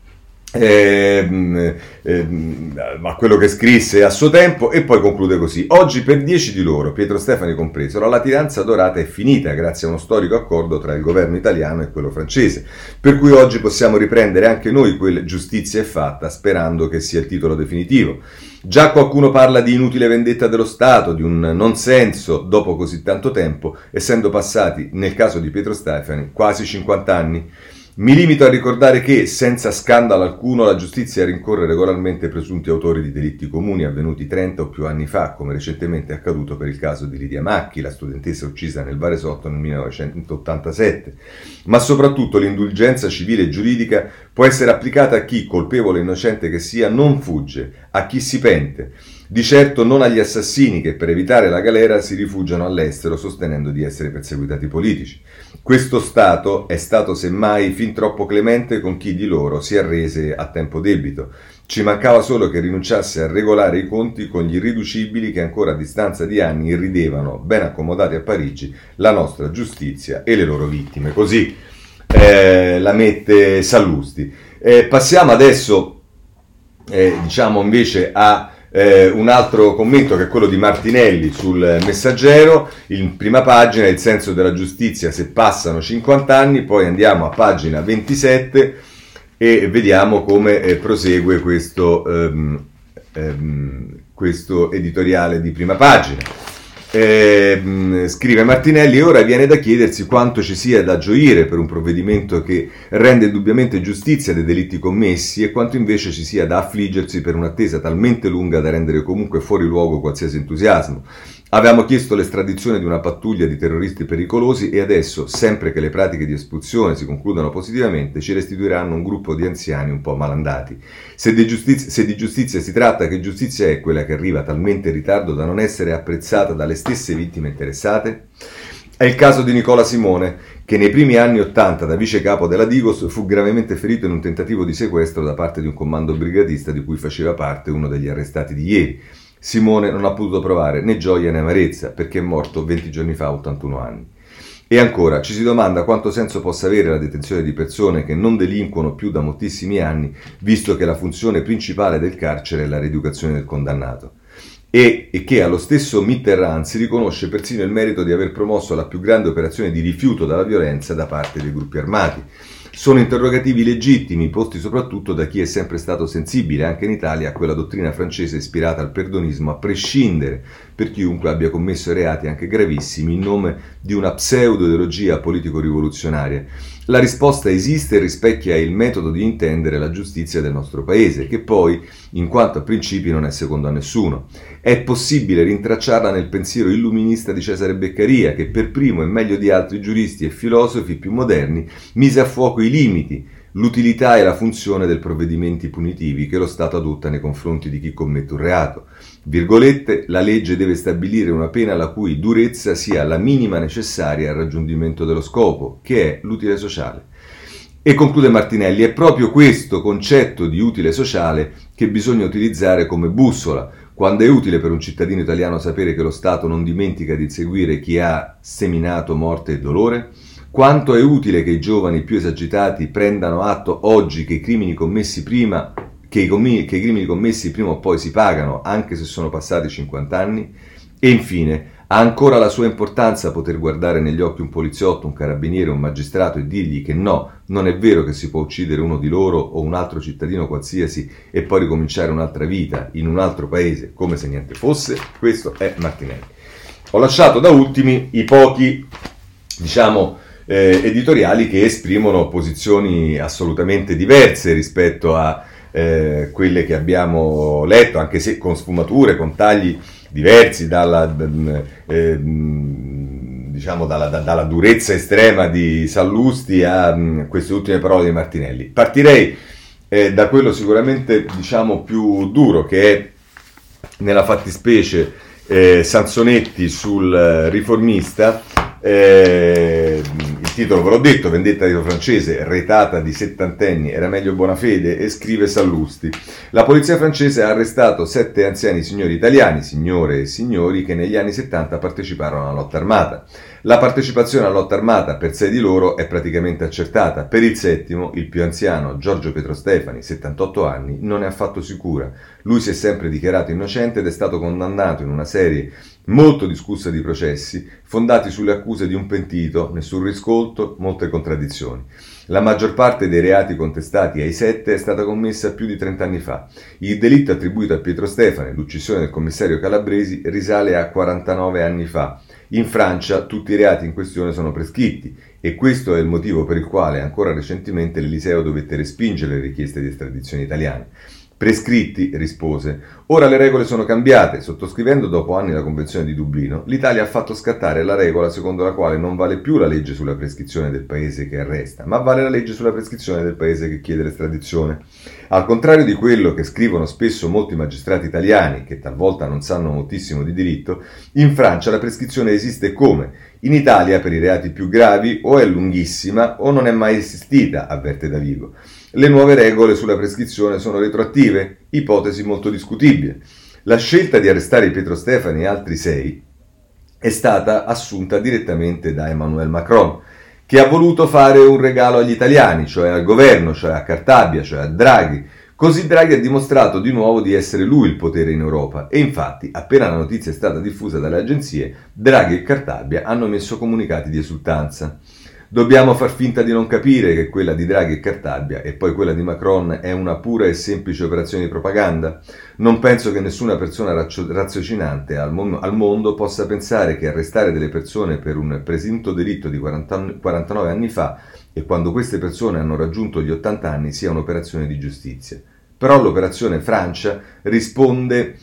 eh, eh, a quello che scrisse a suo tempo, e poi conclude così: oggi per dieci di loro, Pietro Stefani compreso, la latitanza dorata è finita grazie a uno storico accordo tra il governo italiano e quello francese, per cui oggi possiamo riprendere anche noi quel giustizia è fatta, sperando che sia il titolo definitivo. Già qualcuno parla di inutile vendetta dello Stato, di un non senso dopo così tanto tempo, essendo passati, nel caso di Pietro Stefani, quasi cinquanta anni. Mi limito a ricordare che, senza scandalo alcuno, la giustizia rincorre regolarmente presunti autori di delitti comuni avvenuti trenta o più anni fa, come recentemente è accaduto per il caso di Lidia Macchi, la studentessa uccisa nel Varesotto nel millenovecentottantasette. Ma soprattutto l'indulgenza civile e giuridica può essere applicata a chi, colpevole o innocente che sia, non fugge, a chi si pente. Di certo non agli assassini che per evitare la galera si rifugiano all'estero sostenendo di essere perseguitati politici. Questo Stato è stato semmai fin troppo clemente con chi di loro si arrese a tempo debito. Ci mancava solo che rinunciasse a regolare i conti con gli irriducibili che ancora a distanza di anni irridevano, ben accomodati a Parigi, la nostra giustizia e le loro vittime. Così eh, la mette Sallusti. Eh, passiamo adesso, eh, diciamo invece, a eh, un altro commento che è quello di Martinelli sul Messaggero, in prima pagina, il senso della giustizia se passano cinquanta anni, poi andiamo a pagina ventisette e vediamo come eh, prosegue questo, ehm, ehm, questo editoriale di prima pagina. Eh, scrive Martinelli: ora viene da chiedersi quanto ci sia da gioire per un provvedimento che rende indubbiamente giustizia dei delitti commessi e quanto invece ci sia da affliggersi per un'attesa talmente lunga da rendere comunque fuori luogo qualsiasi entusiasmo. Avevamo chiesto l'estradizione di una pattuglia di terroristi pericolosi e adesso, sempre che le pratiche di espulsione si concludano positivamente, ci restituiranno un gruppo di anziani un po' malandati. Se di, giustizia, se di giustizia si tratta, che giustizia è quella che arriva talmente in ritardo da non essere apprezzata dalle stesse vittime interessate? È il caso di Nicola Simone, che nei primi anni Ottanta, da vice capo della Digos, fu gravemente ferito in un tentativo di sequestro da parte di un comando brigatista di cui faceva parte uno degli arrestati di ieri. Simone non ha potuto provare né gioia né amarezza perché è morto venti giorni fa a ottantuno anni. E ancora, ci si domanda quanto senso possa avere la detenzione di persone che non delinquono più da moltissimi anni, visto che la funzione principale del carcere è la rieducazione del condannato. E, e che allo stesso Mitterrand si riconosce persino il merito di aver promosso la più grande operazione di rifiuto dalla violenza da parte dei gruppi armati. Sono interrogativi legittimi, posti soprattutto da chi è sempre stato sensibile, anche in Italia, a quella dottrina francese ispirata al perdonismo, a prescindere per chiunque abbia commesso reati anche gravissimi in nome di una pseudo-ideologia politico-rivoluzionaria. La risposta esiste e rispecchia il metodo di intendere la giustizia del nostro paese, che poi, in quanto a principi, non è secondo a nessuno. È possibile rintracciarla nel pensiero illuminista di Cesare Beccaria, che per primo e meglio di altri giuristi e filosofi più moderni mise a fuoco i limiti, l'utilità e la funzione dei provvedimenti punitivi che lo Stato adotta nei confronti di chi commette un reato. Virgolette, la legge deve stabilire una pena la cui durezza sia la minima necessaria al raggiungimento dello scopo, che è l'utile sociale. E conclude Martinelli, è proprio questo concetto di utile sociale che bisogna utilizzare come bussola, quando è utile per un cittadino italiano sapere che lo Stato non dimentica di inseguire chi ha seminato morte e dolore? Quanto è utile che i giovani più esagitati prendano atto oggi che i crimini commessi prima, che i, commi, che i crimini commessi prima o poi si pagano, anche se sono passati cinquanta anni? E infine, ha ancora la sua importanza poter guardare negli occhi un poliziotto, un carabiniere, un magistrato e dirgli che no, non è vero che si può uccidere uno di loro o un altro cittadino qualsiasi e poi ricominciare un'altra vita in un altro paese come se niente fosse? Questo è Martinelli. Ho lasciato da ultimi i pochi, diciamo, eh, editoriali che esprimono posizioni assolutamente diverse rispetto a eh, quelle che abbiamo letto, anche se con sfumature, con tagli diversi dalla, eh, diciamo dalla, da, dalla durezza estrema di Sallusti a mh, queste ultime parole di Martinelli. Partirei eh, da quello sicuramente diciamo più duro, che è nella fattispecie eh, Sansonetti sul eh, Riformista. Eh, il titolo ve l'ho detto, vendetta di francese, retata di settantenni, era meglio buona fede, e scrive Sallusti: la polizia francese ha arrestato sette anziani signori italiani, signore e signori, che negli anni settanta parteciparono alla lotta armata. La partecipazione alla lotta armata per sei di loro è praticamente accertata. Per il settimo, il più anziano, Giorgio Petrostefani, settantotto anni, non è affatto sicura. Lui si è sempre dichiarato innocente ed è stato condannato in una serie molto discussa di processi, fondati sulle accuse di un pentito, nessun riscolto, molte contraddizioni. La maggior parte dei reati contestati ai sette è stata commessa più di trent'anni fa. Il delitto attribuito a Pietro Stefani, l'uccisione del commissario Calabresi, risale a quarantanove anni fa. In Francia tutti i reati in questione sono prescritti e questo è il motivo per il quale ancora recentemente l'Eliseo dovette respingere le richieste di estradizione italiane. Prescritti, rispose. Ora le regole sono cambiate. Sottoscrivendo dopo anni la Convenzione di Dublino, l'Italia ha fatto scattare la regola secondo la quale non vale più la legge sulla prescrizione del paese che arresta, ma vale la legge sulla prescrizione del paese che chiede l'estradizione. Al contrario di quello che scrivono spesso molti magistrati italiani, che talvolta non sanno moltissimo di diritto, in Francia la prescrizione esiste come? In Italia, per i reati più gravi, o è lunghissima o non è mai esistita, avverte Davigo. Le nuove regole sulla prescrizione sono retroattive, ipotesi molto discutibile. La scelta di arrestare Pietro Stefani e altri sei è stata assunta direttamente da Emmanuel Macron, che ha voluto fare un regalo agli italiani, cioè al governo, cioè a Cartabia, cioè a Draghi. Così Draghi ha dimostrato di nuovo di essere lui il potere in Europa e infatti, appena la notizia è stata diffusa dalle agenzie, Draghi e Cartabia hanno emesso comunicati di esultanza. Dobbiamo far finta di non capire che quella di Draghi e Cartabia e poi quella di Macron è una pura e semplice operazione di propaganda? Non penso che nessuna persona razio- raziocinante al, mo- al mondo possa pensare che arrestare delle persone per un presunto delitto di quaranta, quarantanove anni fa e quando queste persone hanno raggiunto gli ottanta anni sia un'operazione di giustizia. Però l'operazione Francia risponde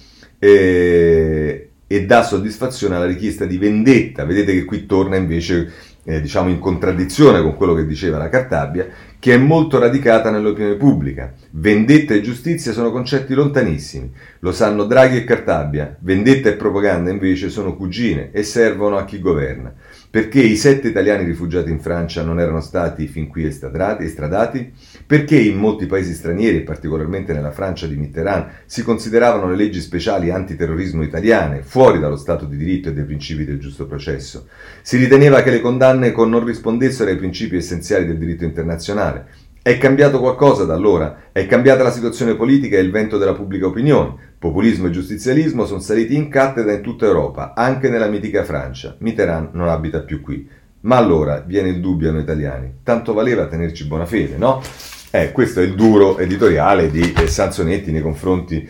eh, e dà soddisfazione alla richiesta di vendetta. Vedete che qui torna invece Eh, diciamo in contraddizione con quello che diceva la Cartabia, che è molto radicata nell'opinione pubblica. Vendetta e giustizia sono concetti lontanissimi, lo sanno Draghi e Cartabia. Vendetta e propaganda invece sono cugine e servono a chi governa. Perché i sette italiani rifugiati in Francia non erano stati fin qui estradati? estradati? Perché in molti paesi stranieri, e particolarmente nella Francia di Mitterrand, si consideravano le leggi speciali antiterrorismo italiane, fuori dallo Stato di diritto e dai principi del giusto processo? Si riteneva che le condanne non rispondessero ai principi essenziali del diritto internazionale. È cambiato qualcosa da allora? È cambiata la situazione politica e il vento della pubblica opinione. Populismo e giustizialismo sono saliti in cattedra in tutta Europa, anche nella mitica Francia. Mitterrand non abita più qui. Ma allora viene il dubbio a noi italiani. Tanto valeva tenerci buona fede, no? Eh, questo è il duro editoriale di eh, Sansonetti nei confronti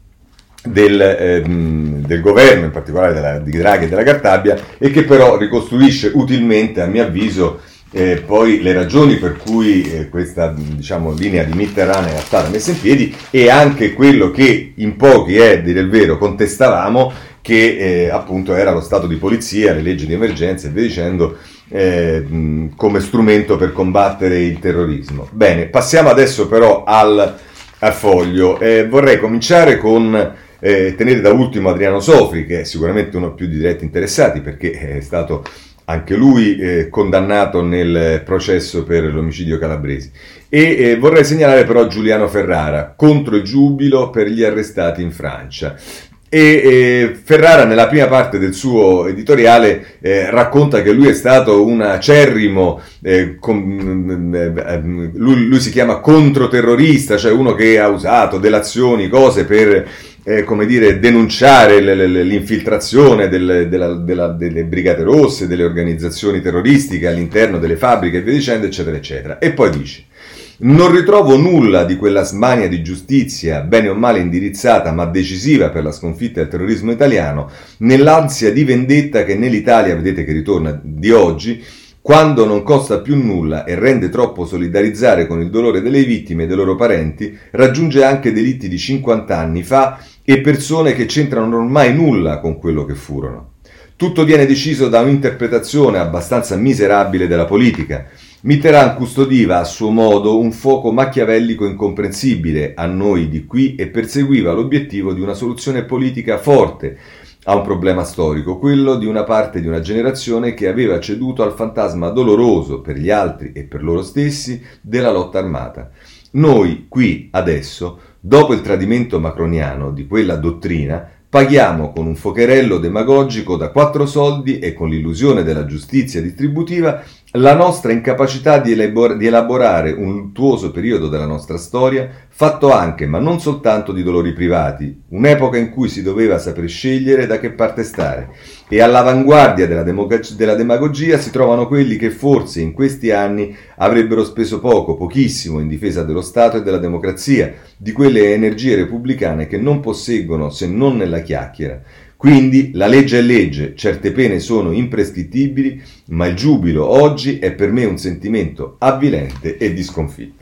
del, eh, del governo, in particolare della, di Draghi e della Cartabia, e che però ricostruisce utilmente, a mio avviso, Eh, poi le ragioni per cui eh, questa diciamo, linea di Mitterrand era stata messa in piedi e anche quello che in pochi, è eh, dire il vero, contestavamo, che eh, appunto era lo stato di polizia, le leggi di emergenza e via dicendo, eh, mh, come strumento per combattere il terrorismo. Bene, passiamo adesso però al, al foglio. Eh, vorrei cominciare con eh, tenere da ultimo Adriano Sofri, che è sicuramente uno più di diretti interessati perché è stato anche lui eh, condannato nel processo per l'omicidio Calabresi. E eh, vorrei segnalare però Giuliano Ferrara, contro il giubilo per gli arrestati in Francia. E eh, Ferrara nella prima parte del suo editoriale eh, racconta che lui è stato un acerrimo, eh, con, eh, lui, lui si chiama controterrorista, cioè uno che ha usato delazioni, cose per Eh, come dire, denunciare le, le, l'infiltrazione del, della, della, delle brigate rosse, delle organizzazioni terroristiche all'interno delle fabbriche e via dicendo, eccetera, eccetera. E poi dice: non ritrovo nulla di quella smania di giustizia, bene o male indirizzata, ma decisiva per la sconfitta del terrorismo italiano, nell'ansia di vendetta che nell'Italia, vedete che ritorna, di oggi, quando non costa più nulla e rende troppo solidarizzare con il dolore delle vittime e dei loro parenti, raggiunge anche delitti di cinquanta anni fa e persone che c'entrano ormai nulla con quello che furono. Tutto viene deciso da un'interpretazione abbastanza miserabile della politica. Mitterrand custodiva a suo modo un fuoco machiavellico incomprensibile a noi di qui e perseguiva l'obiettivo di una soluzione politica forte a un problema storico, quello di una parte di una generazione che aveva ceduto al fantasma doloroso per gli altri e per loro stessi della lotta armata. Noi qui, adesso, dopo il tradimento macroniano di quella dottrina, paghiamo con un focherello demagogico da quattro soldi e con l'illusione della giustizia distributiva la nostra incapacità di, elabor- di elaborare un luttuoso periodo della nostra storia, fatto anche, ma non soltanto, di dolori privati, un'epoca in cui si doveva saper scegliere da che parte stare, e all'avanguardia della, demog- della demagogia si trovano quelli che forse in questi anni avrebbero speso poco, pochissimo in difesa dello Stato e della democrazia, di quelle energie repubblicane che non posseggono se non nella chiacchiera. Quindi la legge è legge, certe pene sono imprescrittibili, ma il giubilo oggi è per me un sentimento avvilente e di sconfitta.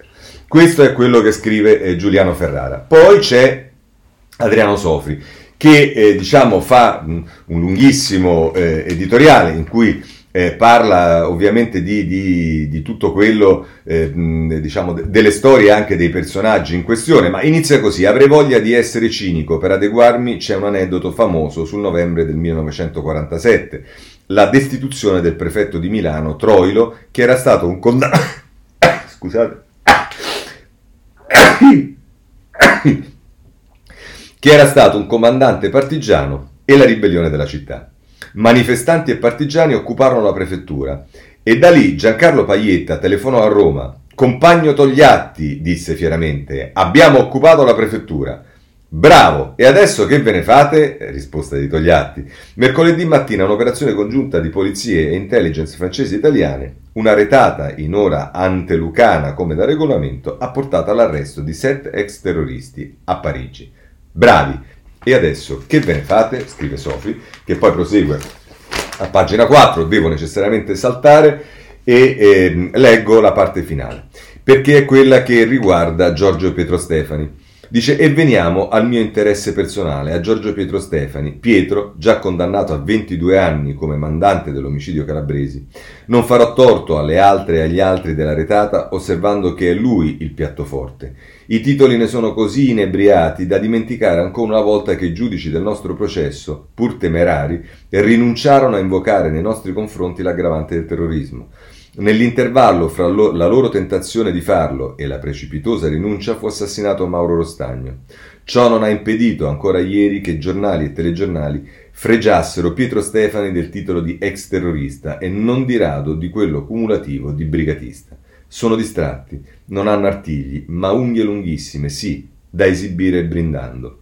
Questo è quello che scrive eh, Giuliano Ferrara. Poi c'è Adriano Sofri, che eh, diciamo fa mh, un lunghissimo eh, editoriale in cui eh, parla ovviamente di, di, di tutto quello, eh, mh, diciamo, de- delle storie anche dei personaggi in questione, ma inizia così: avrei voglia di essere cinico, per adeguarmi c'è un aneddoto famoso sul novembre del millenovecentoquarantasette, la destituzione del prefetto di Milano, Troilo, che era stato un condannato... Scusate... che era stato un comandante partigiano, e la ribellione della città. Manifestanti e partigiani occuparono la prefettura e da lì Giancarlo Pajetta telefonò a Roma. Compagno Togliatti, disse fieramente, abbiamo occupato la prefettura. Bravo, e adesso che ve ne fate? Risposta di Togliatti. Mercoledì mattina un'operazione congiunta di polizie e intelligence francesi e italiane, una retata in ora antelucana come da regolamento, ha portato all'arresto di sette ex terroristi a Parigi. Bravi, e adesso che ve ne fate? Scrive Sofri, che poi prosegue a pagina quattro, devo necessariamente saltare e eh, leggo la parte finale, perché è quella che riguarda Giorgio Pietro Stefani. Dice, e veniamo al mio interesse personale, a Giorgio Pietro Stefani. Pietro, già condannato a ventidue anni come mandante dell'omicidio Calabresi. Non farò torto alle altre e agli altri della retata, osservando che è lui il piatto forte. I titoli ne sono così inebriati da dimenticare ancora una volta che i giudici del nostro processo, pur temerari, rinunciarono a invocare nei nostri confronti l'aggravante del terrorismo. Nell'intervallo fra lo, la loro tentazione di farlo e la precipitosa rinuncia fu assassinato Mauro Rostagno. Ciò non ha impedito ancora ieri che giornali e telegiornali fregiassero Pietro Stefani del titolo di ex terrorista e non di rado di quello cumulativo di brigatista. Sono distratti, non hanno artigli, ma unghie lunghissime, sì, da esibire brindando.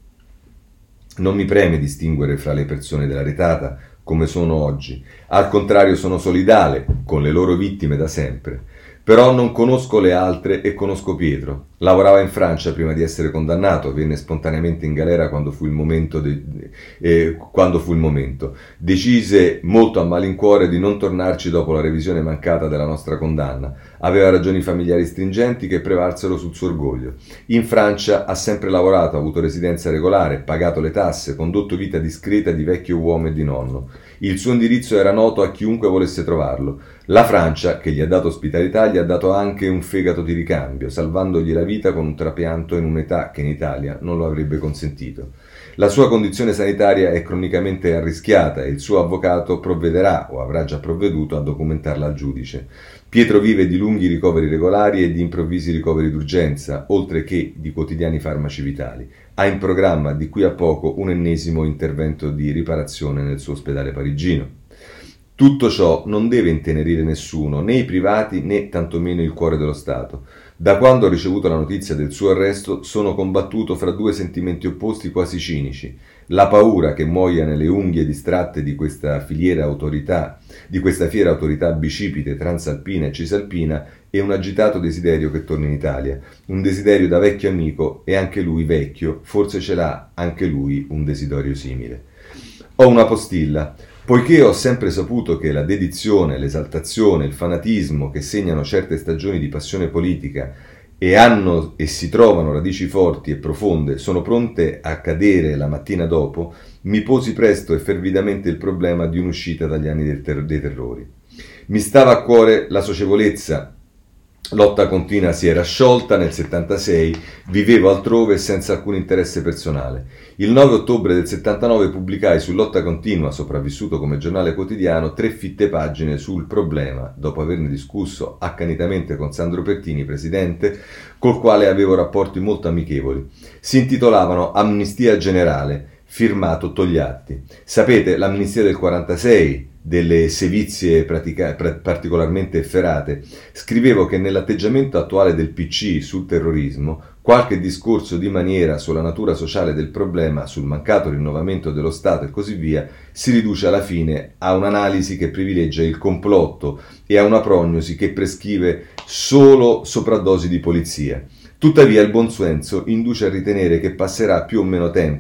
Non mi preme distinguere fra le persone della retata come sono oggi. Al contrario sono solidale con le loro vittime da sempre. Però non conosco le altre e conosco Pietro. Lavorava in Francia prima di essere condannato, venne spontaneamente in galera quando fu il momento. De- eh, quando fu il momento. Decise molto a malincuore di non tornarci dopo la revisione mancata della nostra condanna. Aveva ragioni familiari stringenti che prevalsero sul suo orgoglio. In Francia ha sempre lavorato, ha avuto residenza regolare, pagato le tasse, condotto vita discreta di vecchio uomo e di nonno. Il suo indirizzo era noto a chiunque volesse trovarlo. La Francia, che gli ha dato ospitalità, gli ha dato anche un fegato di ricambio, salvandogli la vita con un trapianto in un'età che in Italia non lo avrebbe consentito. La sua condizione sanitaria è cronicamente arrischiata e il suo avvocato provvederà, o avrà già provveduto, a documentarla al giudice. Pietro vive di lunghi ricoveri regolari e di improvvisi ricoveri d'urgenza, oltre che di quotidiani farmaci vitali. Ha in programma di qui a poco un ennesimo intervento di riparazione nel suo ospedale parigino. Tutto ciò non deve intenerire nessuno, né i privati né tantomeno il cuore dello Stato. Da quando ho ricevuto la notizia del suo arresto sono combattuto fra due sentimenti opposti quasi cinici. La paura che muoia nelle unghie distratte di questa filiera autorità, di questa fiera autorità bicipite, transalpina e cisalpina, e un agitato desiderio che torni in Italia. Un desiderio da vecchio amico, e anche lui vecchio, forse ce l'ha anche lui un desiderio simile. Ho una postilla. Poiché ho sempre saputo che la dedizione, l'esaltazione, il fanatismo che segnano certe stagioni di passione politica e hanno e si trovano radici forti e profonde, sono pronte a cadere la mattina dopo, mi posi presto e fervidamente il problema di un'uscita dagli anni del ter- dei terrori. Mi stava a cuore la socievolezza. Lotta Continua si era sciolta nel settantasei, vivevo altrove senza alcun interesse personale. Il nove ottobre del settantanove pubblicai su Lotta Continua, sopravvissuto come giornale quotidiano, tre fitte pagine sul problema, dopo averne discusso accanitamente con Sandro Pertini, presidente, col quale avevo rapporti molto amichevoli. Si intitolavano Amnistia Generale, firmato Togliatti. Sapete, l'amnistia del quarantasei, delle sevizie pratica- pra- particolarmente efferate, scrivevo che nell'atteggiamento attuale del P C sul terrorismo, qualche discorso di maniera sulla natura sociale del problema, sul mancato rinnovamento dello Stato e così via, si riduce alla fine a un'analisi che privilegia il complotto e a una prognosi che prescrive solo sopradosi di polizia. Tuttavia il buon senso induce a ritenere che passerà più o meno tempo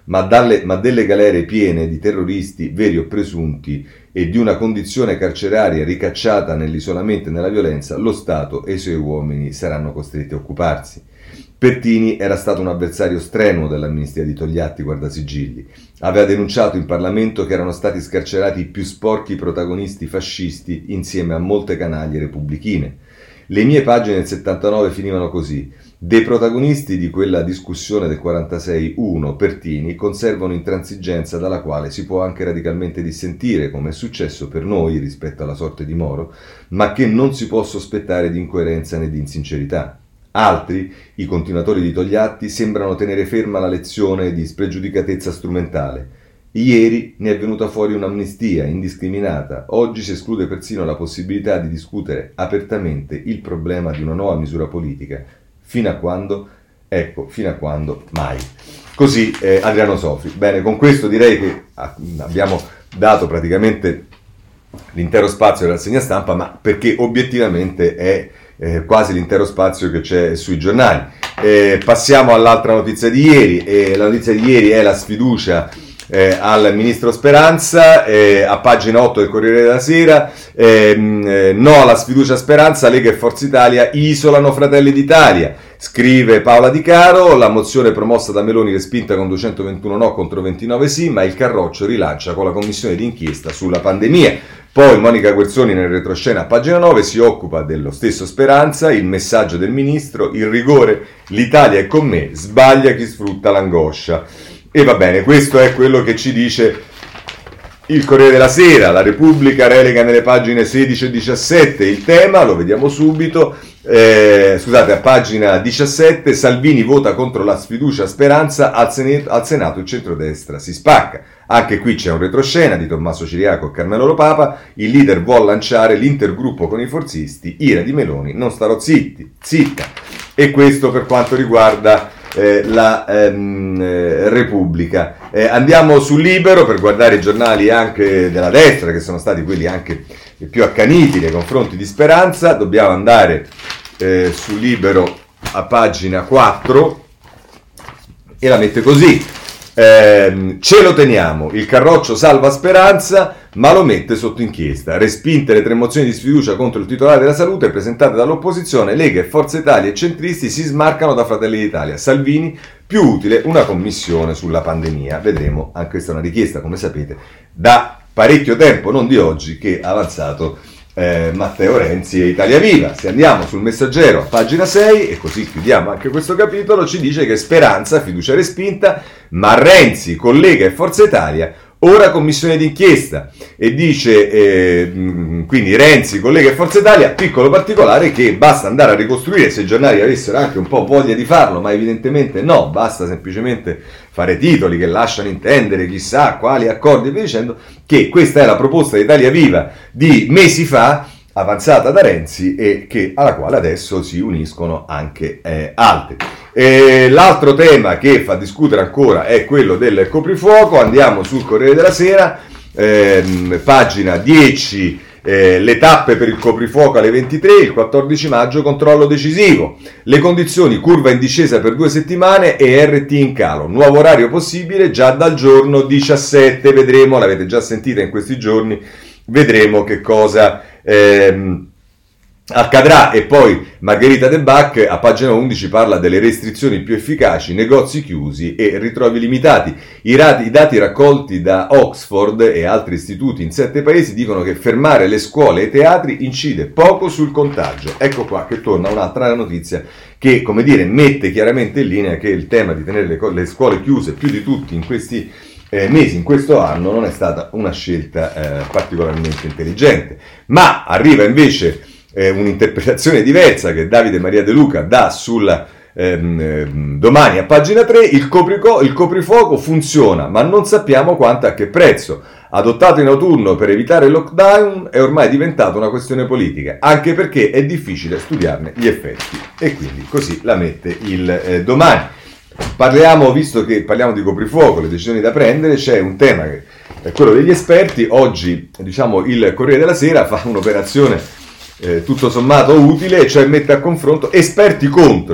ma, dalle, ma delle galere piene di terroristi veri o presunti e di una condizione carceraria ricacciata nell'isolamento e nella violenza, lo Stato e i suoi uomini saranno costretti a occuparsi. Pertini era stato un avversario strenuo dell'amnistia di Togliatti Guardasigilli. Aveva denunciato in Parlamento che erano stati scarcerati i più sporchi protagonisti fascisti insieme a molte canaglie repubblichine. Le mie pagine del settantanove finivano così. Dei protagonisti di quella discussione del quarantasei, uno, Pertini, conserva un'intransigenza dalla quale si può anche radicalmente dissentire, come è successo per noi rispetto alla sorte di Moro, ma che non si può sospettare di incoerenza né di insincerità. Altri, i continuatori di Togliatti, sembrano tenere ferma la lezione di spregiudicatezza strumentale. Ieri ne è venuta fuori un'amnistia indiscriminata, oggi si esclude persino la possibilità di discutere apertamente il problema di una nuova misura politica. Fino a quando? Ecco, fino a quando? Mai. Così eh, Adriano Sofri. Bene, con questo direi che abbiamo dato praticamente l'intero spazio della rassegna stampa, ma perché obiettivamente è eh, quasi l'intero spazio che c'è sui giornali. Eh, passiamo all'altra notizia di ieri, e la notizia di ieri è la sfiducia Eh, al ministro Speranza, eh, a pagina otto del Corriere della Sera, ehm, eh, no alla sfiducia Speranza, Lega e Forza Italia isolano Fratelli d'Italia, scrive Paola Di Caro, la mozione promossa da Meloni respinta con duecentoventuno no contro ventinove sì, ma il Carroccio rilancia con la commissione d'inchiesta sulla pandemia. Poi Monica Guerzoni nel retroscena a pagina nove si occupa dello stesso Speranza, il messaggio del ministro, il rigore, l'Italia è con me, sbaglia chi sfrutta l'angoscia. E va bene, questo è quello che ci dice il Corriere della Sera. La Repubblica relega nelle pagine sedici e diciassette il tema, lo vediamo subito. Eh, scusate, a pagina diciassette Salvini vota contro la sfiducia Speranza, al Senato, al Senato il centrodestra si spacca. Anche qui c'è un retroscena di Tommaso Ciriaco e Carmelo Lo Papa, il leader vuole lanciare l'intergruppo con i forzisti, ira di Meloni, non starò zitti, zitta. E questo per quanto riguarda Eh, la ehm, eh, Repubblica. Eh, andiamo su Libero per guardare i giornali anche della destra, che sono stati quelli anche più accaniti nei confronti di Speranza. Dobbiamo andare eh, su Libero a pagina quattro e la mette così. Eh, ce lo teniamo, il Carroccio salva Speranza ma lo mette sotto inchiesta, respinte le tre mozioni di sfiducia contro il titolare della salute presentate dall'opposizione, Lega e Forza Italia e centristi si smarcano da Fratelli d'Italia, Salvini più utile una commissione sulla pandemia. Vedremo, anche questa è una richiesta come sapete da parecchio tempo, non di oggi, che ha avanzato Eh, Matteo Renzi e Italia Viva. Se andiamo sul Messaggero a pagina sei, e così chiudiamo anche questo capitolo, ci dice che Speranza, fiducia respinta, ma Renzi, collega e Forza Italia, ora commissione d'inchiesta. E dice, eh, quindi Renzi, collega e Forza Italia, piccolo particolare che basta andare a ricostruire, se i giornali avessero anche un po' voglia di farlo, ma evidentemente no, basta semplicemente fare titoli che lasciano intendere chissà quali accordi e via dicendo, che questa è la proposta di Italia Viva di mesi fa, avanzata da Renzi e che, alla quale adesso si uniscono anche eh, altri. E l'altro tema che fa discutere ancora è quello del coprifuoco. Andiamo sul Corriere della Sera, ehm, pagina dieci, eh, le tappe per il coprifuoco alle ventitré, il quattordici maggio controllo decisivo, le condizioni curva in discesa per due settimane e R T in calo, nuovo orario possibile già dal giorno diciassette, vedremo, l'avete già sentita in questi giorni, vedremo che cosa ehm, accadrà. E poi Margherita De Bach a pagina undici parla delle restrizioni più efficaci, negozi chiusi e ritrovi limitati. I, rati, i dati raccolti da Oxford e altri istituti in sette paesi dicono che fermare le scuole e i teatri incide poco sul contagio. Ecco qua che torna un'altra notizia che, come dire, mette chiaramente in linea che il tema di tenere le, le scuole chiuse più di tutti in questi Eh, mesi, in questo anno, non è stata una scelta eh, particolarmente intelligente. Ma arriva invece eh, un'interpretazione diversa che Davide Maria De Luca dà sulla ehm, ehm, Domani a pagina tre, il, coprico, il coprifuoco funziona, ma non sappiamo quanto e a che prezzo. Adottato in autunno per evitare il lockdown, è ormai diventato una questione politica, anche perché è difficile studiarne gli effetti. E quindi così la mette il eh, Domani. Parliamo, visto che parliamo di coprifuoco, le decisioni da prendere, c'è un tema che è quello degli esperti. Oggi, diciamo, il Corriere della Sera fa un'operazione eh, tutto sommato utile, cioè mette a confronto esperti contro,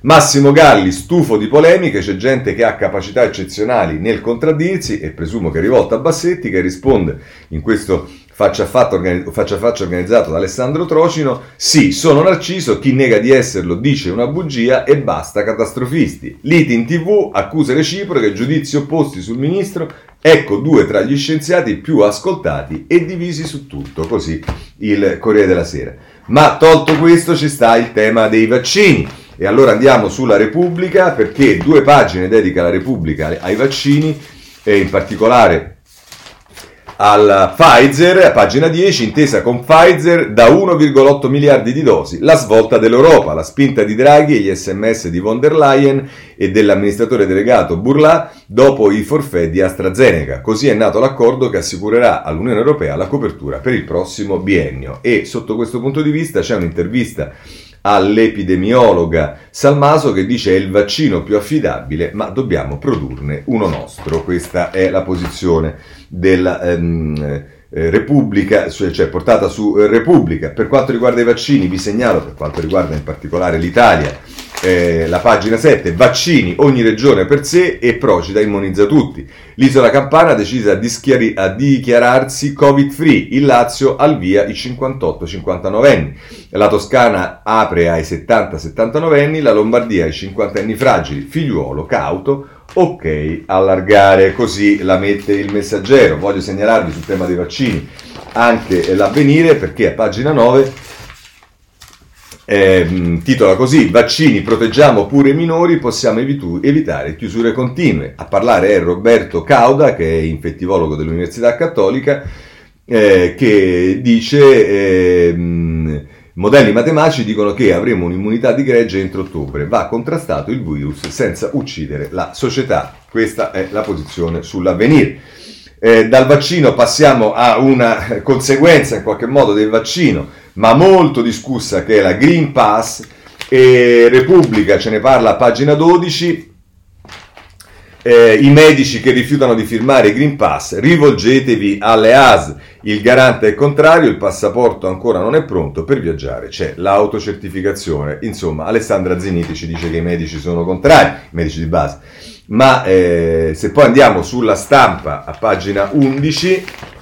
Massimo Galli, stufo di polemiche, c'è gente che ha capacità eccezionali nel contraddirsi e presumo che rivolta a Bassetti che risponde in questo faccia a faccia, organi- faccia a faccia organizzato da Alessandro Trocino, sì, sono Narciso, chi nega di esserlo dice una bugia e basta catastrofisti. Liti in tv, accuse reciproche, giudizi opposti sul ministro, ecco due tra gli scienziati più ascoltati e divisi su tutto, così il Corriere della Sera. Ma tolto questo ci sta il tema dei vaccini. E allora andiamo sulla Repubblica, perché due pagine dedica la Repubblica ai vaccini, e in particolare alla Pfizer, a pagina dieci, intesa con Pfizer da uno virgola otto miliardi di dosi, la svolta dell'Europa, la spinta di Draghi e gli sms di von der Leyen e dell'amministratore delegato Bourla dopo i forfait di AstraZeneca. Così è nato l'accordo che assicurerà all'Unione Europea la copertura per il prossimo biennio. E sotto questo punto di vista c'è un'intervista all'epidemiologa Salmaso che dice è il vaccino più affidabile, ma dobbiamo produrne uno nostro. Questa è la posizione della ehm, eh, Repubblica, cioè portata su eh, Repubblica. Per quanto riguarda i vaccini vi segnalo, per quanto riguarda in particolare l'Italia, eh, la pagina sette, vaccini, ogni regione per sé e Procida immunizza tutti. L'isola Campana ha deciso a, dischiari- a dichiararsi covid free, il Lazio al via i cinquantotto cinquantanove anni. La Toscana apre ai settanta settantanove anni, la Lombardia ai cinquanta anni fragili, figliuolo cauto, ok allargare, così la mette il Messaggero. Voglio segnalarvi sul tema dei vaccini anche l'Avvenire, perché a pagina nove eh, titola così: vaccini, proteggiamo pure i minori, possiamo evitu- evitare chiusure continue. A parlare è Roberto Cauda, che è infettivologo dell'Università Cattolica, eh, che dice eh, modelli matematici dicono che avremo un'immunità di gregge entro ottobre, va contrastato il virus senza uccidere la società. Questa è la posizione sull'Avvenire. Eh, dal vaccino passiamo a una conseguenza in qualche modo del vaccino, ma molto discussa, che è la Green Pass, e Repubblica ce ne parla a pagina dodici. Eh, I medici che rifiutano di firmare Green Pass, rivolgetevi alle A S, il garante è contrario, il passaporto ancora non è pronto, per viaggiare c'è l'autocertificazione. Insomma, Alessandra Ziniti ci dice che i medici sono contrari, i medici di base. Ma eh, se poi andiamo sulla Stampa a pagina undici,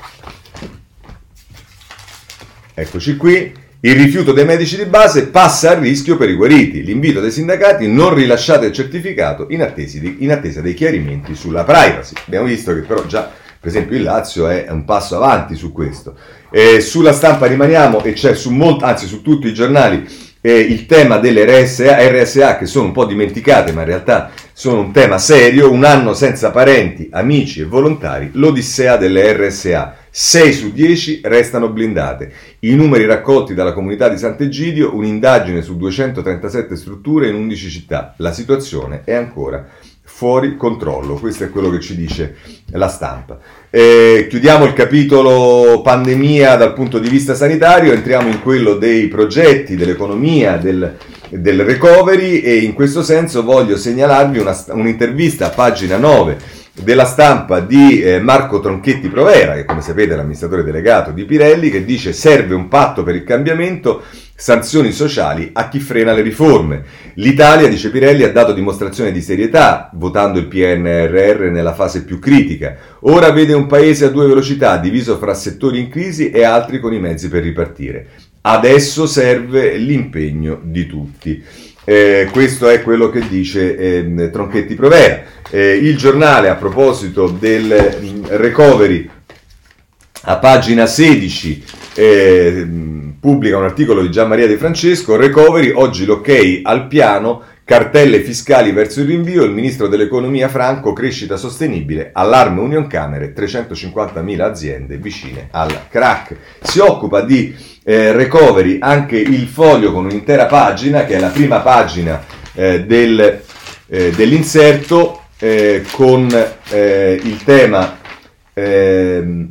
eccoci qui, il rifiuto dei medici di base passa a rischio per i guariti, l'invito dei sindacati: non rilasciate il certificato in, di, in attesa dei chiarimenti sulla privacy. Abbiamo visto che però già, per esempio, il Lazio è un passo avanti su questo. Eh, sulla Stampa rimaniamo, e c'è su molti, anzi su tutti i giornali, eh, il tema delle R S A, R S A che sono un po' dimenticate, ma in realtà sono un tema serio. Un anno senza parenti, amici e volontari, l'odissea delle R S A. sei su dieci restano blindate. I numeri raccolti dalla comunità di Sant'Egidio, un'indagine su duecentotrentasette strutture in undici città. La situazione è ancora fuori controllo. Questo è quello che ci dice la Stampa. Eh, chiudiamo il capitolo pandemia dal punto di vista sanitario, entriamo in quello dei progetti, dell'economia, del, del recovery, e in questo senso voglio segnalarvi una, un'intervista a pagina nove della Stampa di eh, Marco Tronchetti Provera, che come sapete è l'amministratore delegato di Pirelli, che dice: serve un patto per il cambiamento, sanzioni sociali a chi frena le riforme. L'Italia, dice Pirelli, ha dato dimostrazione di serietà votando il P N R R nella fase più critica. Ora vede un paese a due velocità, diviso fra settori in crisi e altri con i mezzi per ripartire. Adesso serve l'impegno di tutti. Eh, questo è quello che dice eh, Tronchetti Provera. Eh, il giornale, a proposito del mh, recovery, a pagina sedici eh, mh, pubblica un articolo di Gianmaria De Francesco: recovery, oggi l'ok al piano, cartelle fiscali verso il rinvio, il ministro dell'economia Franco, crescita sostenibile, allarme Unioncamere, trecentocinquantamila aziende vicine al crack. Si occupa di eh, recovery anche il Foglio, con un'intera pagina, che è la prima pagina eh, del, eh, dell'inserto, eh, con eh, il tema, eh,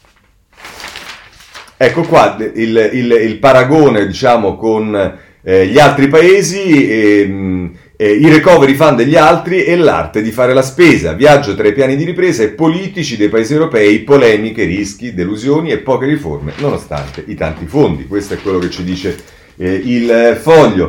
ecco qua, il, il, il paragone, diciamo, con Eh, gli altri paesi, eh, eh, i recovery fund degli altri e l'arte di fare la spesa, viaggio tra i piani di ripresa e politici dei paesi europei, polemiche, rischi, delusioni e poche riforme nonostante i tanti fondi. Questo è quello che ci dice eh, il Foglio.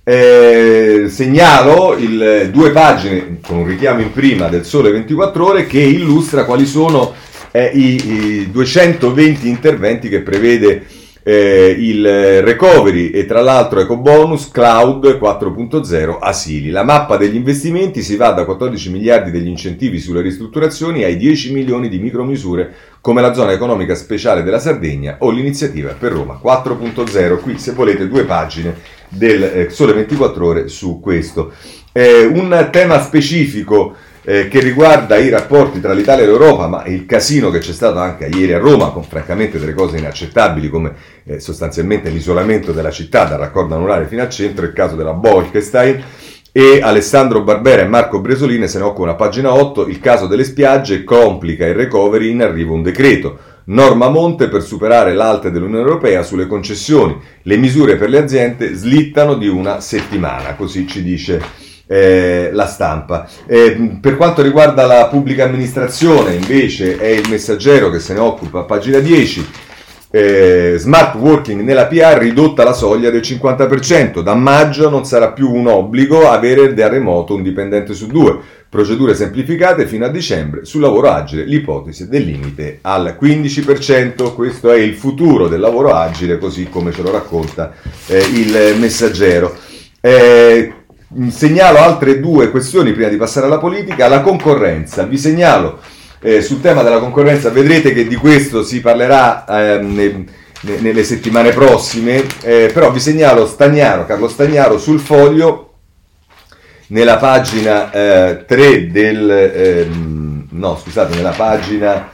Eh, segnalo il, due pagine con un richiamo in prima del Sole ventiquattro Ore che illustra quali sono eh, i, i duecentoventi interventi che prevede eh, il recovery e tra l'altro ecobonus, cloud quattro punto zero, asili. La mappa degli investimenti si va da quattordici miliardi degli incentivi sulle ristrutturazioni ai dieci milioni di micromisure come la zona economica speciale della Sardegna o l'iniziativa per Roma quattro punto zero. Qui se volete due pagine del eh, Sole ventiquattro Ore su questo. Eh, un tema specifico eh, che riguarda i rapporti tra l'Italia e l'Europa, ma il casino che c'è stato anche ieri a Roma, con francamente delle cose inaccettabili come eh, sostanzialmente l'isolamento della città dal raccordo anulare fino al centro, il caso della Bolkestein, e Alessandro Barbera e Marco Bresolini se ne occupano a pagina otto. Il caso delle spiagge complica il recovery, in arrivo un decreto. Norma Monte per superare l'Alte dell'Unione Europea sulle concessioni. Le misure per le aziende slittano di una settimana, così ci dice eh, la stampa. Eh, per quanto riguarda la pubblica amministrazione, invece, è il Messaggero che se ne occupa a pagina dieci. Eh, smart working nella P A ridotta la soglia del cinquanta per cento. Da maggio non sarà più un obbligo avere da remoto un dipendente su due. Procedure semplificate fino a dicembre. Sul lavoro agile l'ipotesi del limite al quindici per cento. Questo è il futuro del lavoro agile, così come ce lo racconta eh, il Messaggero. Eh, segnalo altre due questioni prima di passare alla politica. La concorrenza. Vi segnalo eh, sul tema della concorrenza, vedrete che di questo si parlerà eh, ne, ne, nelle settimane prossime, eh, però vi segnalo Stagnaro, Carlo Stagnaro sul Foglio, nella pagina eh, tre del ehm, no scusate nella pagina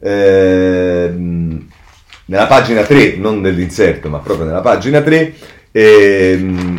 ehm, nella pagina tre, non dell'inserto ma proprio nella pagina tre, ehm,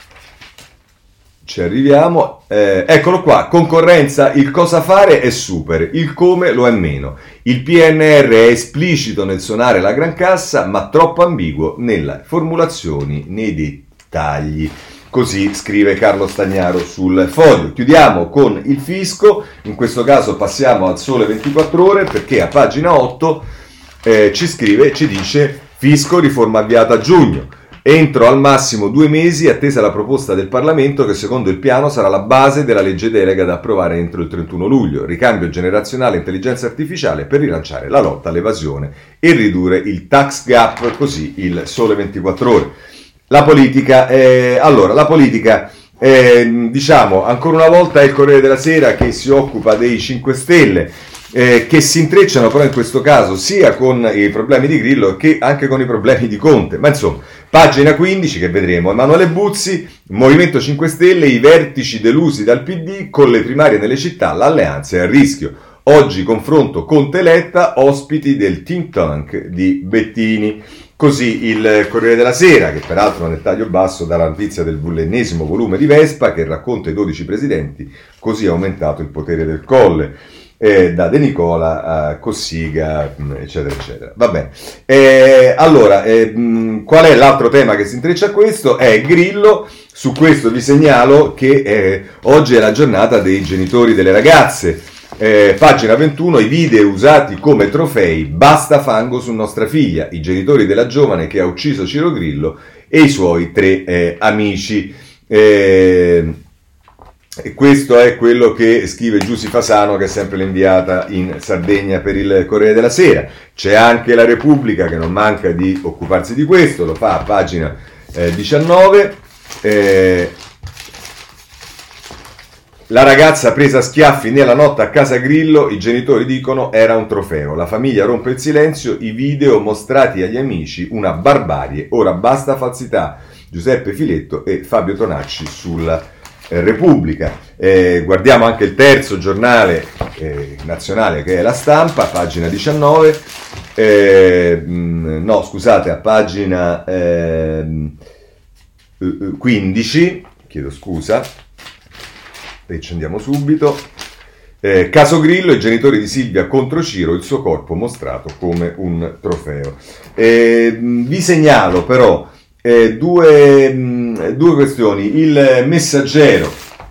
ci arriviamo, eh, eccolo qua. Concorrenza, il cosa fare è super, il come lo è meno. Il P N R è esplicito nel suonare la gran cassa ma troppo ambiguo nelle formulazioni, nei dettagli. Così scrive Carlo Stagnaro sul Foglio. Chiudiamo con il fisco, in questo caso passiamo al Sole ventiquattro Ore perché a pagina otto eh, ci scrive, ci dice fisco riforma avviata a giugno. Entro al massimo due mesi attesa la proposta del Parlamento che secondo il piano sarà la base della legge delega da approvare entro il trentuno luglio. Ricambio generazionale e intelligenza artificiale per rilanciare la lotta all'evasione e ridurre il tax gap, così il Sole ventiquattro Ore. La politica, eh, allora, la politica, eh, diciamo, ancora una volta è il Corriere della Sera che si occupa dei cinque Stelle, eh, che si intrecciano però in questo caso sia con i problemi di Grillo che anche con i problemi di Conte. Ma insomma, pagina quindici che vedremo, Emanuele Buzzi, Movimento cinque Stelle, i vertici delusi dal P D, con le primarie nelle città, l'alleanza è a rischio. Oggi confronto Conte-Letta, ospiti del think tank di Bettini. Così il Corriere della Sera, che peraltro nel taglio basso dà la notizia dell'ennesimo volume di Vespa che racconta i dodici presidenti, così è aumentato il potere del Colle, eh, da De Nicola a Cossiga, eccetera, eccetera. Vabbè. Eh, allora, eh, mh, qual è l'altro tema che si intreccia a questo? È Grillo. Su questo vi segnalo che eh, oggi è la giornata dei genitori delle ragazze. Eh, pagina ventuno, i video usati come trofei, basta fango su nostra figlia, i genitori della giovane che ha ucciso Ciro Grillo e i suoi tre eh, amici. Eh, e questo è quello che scrive Giusy Fasano, che è sempre l'inviata in Sardegna per il Corriere della Sera. C'è anche la Repubblica che non manca di occuparsi di questo, lo fa a pagina eh, diciannove. Eh, La ragazza presa a schiaffi nella notte a casa Grillo, i genitori dicono era un trofeo. La famiglia rompe il silenzio, i video mostrati agli amici, una barbarie. Ora basta falsità. Giuseppe Filetto e Fabio Tonacci sulla eh, Repubblica. Eh, guardiamo anche il terzo giornale eh, nazionale che è La Stampa, pagina diciannove. Eh, mh, no, scusate, a pagina eh, quindici, chiedo scusa. Riaccendiamo subito. Eh, caso Grillo, i genitori di Silvia contro Ciro, il suo corpo mostrato come un trofeo. Eh, vi segnalo però eh, due, mh, due questioni. Il Messaggero,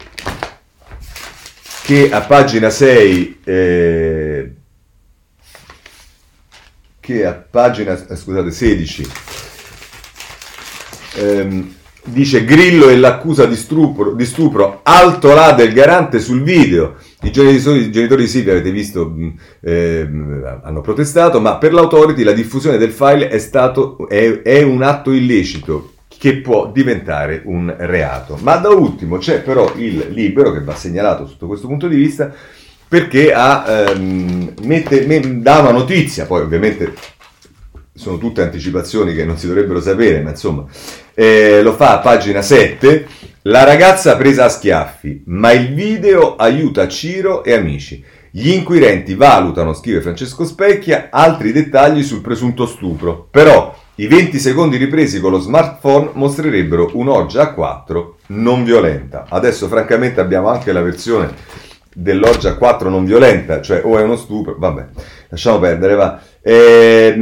che a pagina sei, eh, che a pagina scusate sedici, ehm, dice Grillo e l'accusa di stupro, di stupro alto là del garante sul video. I genitori, i genitori di Silvia, avete visto, eh, hanno protestato, ma per l'Authority la diffusione del file è, stato, è, è un atto illecito che può diventare un reato. Ma da ultimo c'è però il Libero, che va segnalato sotto questo punto di vista, perché ha, ehm, mette, me, dà una notizia, poi ovviamente sono tutte anticipazioni che non si dovrebbero sapere, ma insomma, eh, lo fa a pagina sette, la ragazza presa a schiaffi, ma il video aiuta Ciro e amici. Gli inquirenti valutano, scrive Francesco Specchia, altri dettagli sul presunto stupro, però i venti secondi ripresi con lo smartphone mostrerebbero un'orgia a quattro non violenta. Adesso francamente abbiamo anche la versione dell'orgia a quattro non violenta, cioè o è uno stupro, vabbè, lasciamo perdere, va. Eh,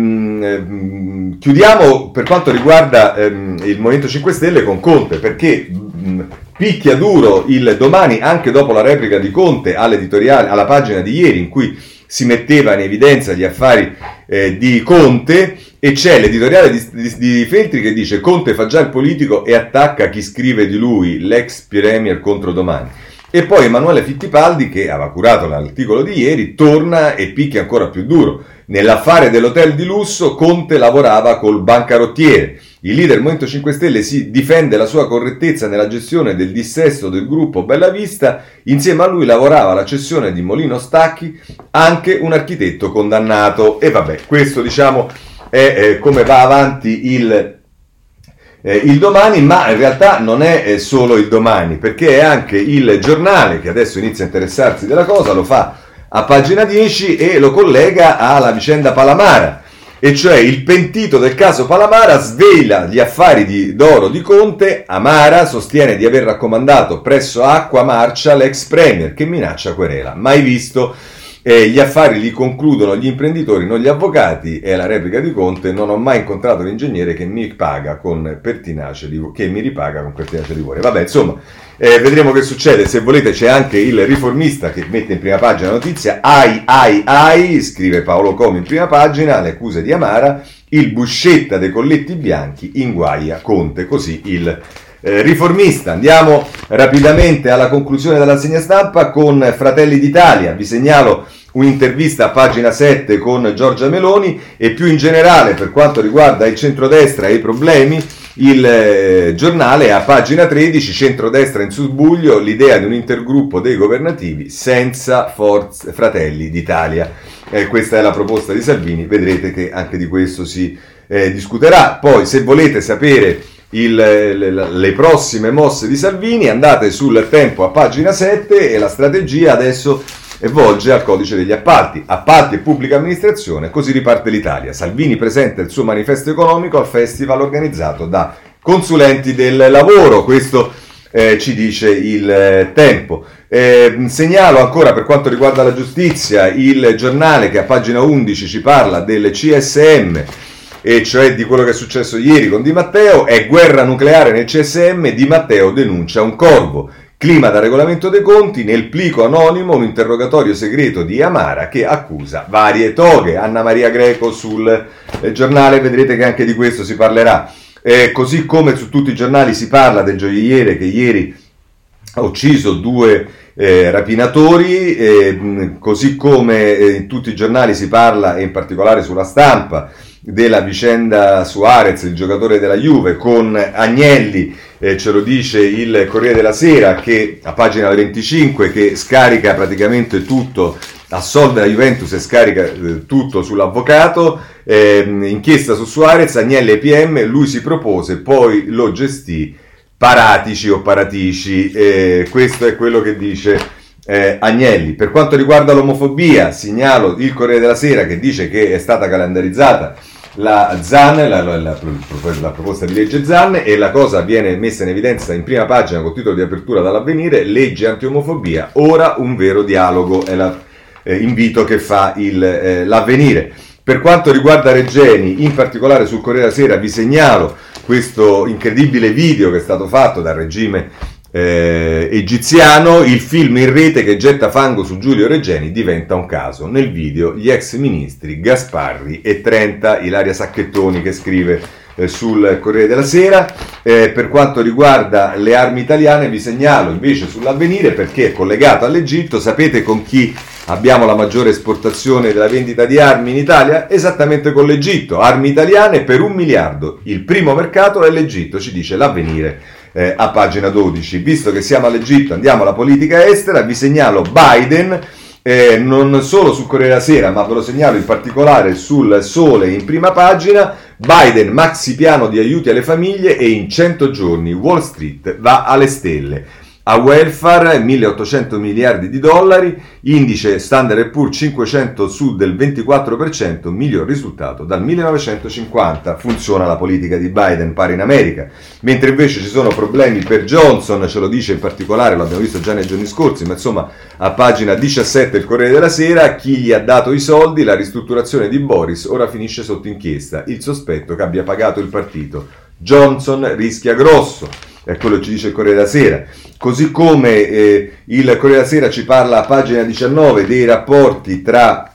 mh, chiudiamo per quanto riguarda ehm, il Movimento cinque Stelle con Conte, perché mh, picchia duro il Domani anche dopo la replica di Conte all'editoriale, alla pagina di ieri in cui si metteva in evidenza gli affari eh, di Conte, e c'è l'editoriale di, di, di Feltri che dice Conte fa già il politico e attacca chi scrive di lui, l'ex premier contro Domani. E poi Emanuele Fittipaldi, che aveva curato l'articolo di ieri, torna e picchia ancora più duro. Nell'affare dell'hotel di lusso Conte lavorava col bancarottiere. Il leader del Movimento cinque Stelle si difende la sua correttezza nella gestione del dissesto del gruppo Bellavista. Insieme a lui lavorava alla cessione di Molino Stacchi anche un architetto condannato. E vabbè, questo diciamo è eh, come va avanti il... Eh, il Domani, ma in realtà non è eh, solo il Domani, perché è anche il Giornale che adesso inizia a interessarsi della cosa, lo fa a pagina dieci e lo collega alla vicenda Palamara, e cioè il pentito del caso Palamara svela gli affari di, d'oro di Conte. Amara sostiene di aver raccomandato presso Acqua Marcia l'ex premier che minaccia querela, mai visto. Eh, gli affari li concludono gli imprenditori, non gli avvocati, è la replica di Conte. Non ho mai incontrato l'ingegnere che mi paga con pertinace di, che mi ripaga con pertinace di cuore. Vabbè, insomma, eh, vedremo che succede. Se volete c'è anche il Riformista che mette in prima pagina la notizia. Ai ai ai, scrive Paolo Comi in prima pagina, le accuse di Amara, il Buscetta dei colletti bianchi inguaia Conte, così il Eh, Riformista. Andiamo rapidamente alla conclusione della rassegna stampa con Fratelli d'Italia. Vi segnalo un'intervista a pagina sette con Giorgia Meloni, e più in generale per quanto riguarda il centrodestra e i problemi il eh, giornale a pagina tredici, centrodestra in subbuglio, l'idea di un intergruppo dei governativi senza Forza Fratelli d'Italia. Eh, questa è la proposta di Salvini, vedrete che anche di questo si eh, discuterà. Poi se volete sapere Il, le, le prossime mosse di Salvini, andate sul Tempo a pagina sette, e la strategia adesso volge al codice degli appalti, appalti e pubblica amministrazione, così riparte l'Italia. Salvini presenta il suo manifesto economico al festival organizzato da consulenti del lavoro, questo eh, ci dice il eh, Tempo. Eh, segnalo ancora per quanto riguarda la giustizia il Giornale che a pagina undici ci parla del C S M, e cioè di quello che è successo ieri con Di Matteo. È guerra nucleare nel C S M, Di Matteo denuncia un corvo. Clima da regolamento dei conti, nel plico anonimo un interrogatorio segreto di Amara che accusa varie toghe. Anna Maria Greco sul eh, Giornale, vedrete che anche di questo si parlerà. Eh, così come su tutti i giornali si parla del gioielliere che ieri ha ucciso due eh, rapinatori, eh, così come eh, in tutti i giornali si parla, e in particolare sulla Stampa, della vicenda Suarez, il giocatore della Juve, con Agnelli, eh, ce lo dice il Corriere della Sera, che a pagina venticinque, che scarica praticamente tutto, assolve la Juventus e scarica eh, tutto sull'avvocato. Eh, inchiesta su Suarez, Agnelli ai P M, lui si propose, poi lo gestì Paratici o Paratici, eh, questo è quello che dice Eh, Agnelli. Per quanto riguarda l'omofobia, segnalo il Corriere della Sera che dice che è stata calendarizzata la Zan, la, la, la, la proposta di legge Zan, e la cosa viene messa in evidenza in prima pagina col titolo di apertura dall'Avvenire: legge anti-omofobia, ora un vero dialogo, è l'invito eh, che fa il, eh, l'Avvenire. Per quanto riguarda Regeni, in particolare sul Corriere della Sera, vi segnalo questo incredibile video che è stato fatto dal regime Eh, egiziano. Il film in rete che getta fango su Giulio Regeni diventa un caso. Nel video gli ex ministri Gasparri e Trenta, Ilaria Sacchettoni che scrive eh, sul Corriere della Sera. Eh, per quanto riguarda le armi italiane vi segnalo invece sull'Avvenire, perché è collegato all'Egitto. Sapete con chi abbiamo la maggiore esportazione della vendita di armi in Italia? Esattamente con l'Egitto. Armi italiane per un miliardo. Il primo mercato è l'Egitto, ci dice l'Avvenire eh, a pagina dodici. Visto che siamo all'Egitto, andiamo alla politica estera. Vi segnalo Biden, eh, non solo sul Corriere della Sera, ma ve lo segnalo in particolare sul Sole in prima pagina. Biden, maxi piano di aiuti alle famiglie e in cento giorni Wall Street va alle stelle. A welfare milleottocento miliardi di dollari, indice Standard and Poor's cinquecento su del ventiquattro per cento, miglior risultato dal millenovecentocinquanta. Funziona la politica di Biden, pare in America. Mentre invece ci sono problemi per Johnson, ce lo dice in particolare, lo abbiamo visto già nei giorni scorsi, ma insomma a pagina diciassette il Corriere della Sera, chi gli ha dato i soldi, la ristrutturazione di Boris ora finisce sotto inchiesta, il sospetto che abbia pagato il partito. Johnson rischia grosso. È quello che ci dice il Corriere della Sera. Così come eh, il Corriere della Sera ci parla a pagina diciannove dei rapporti tra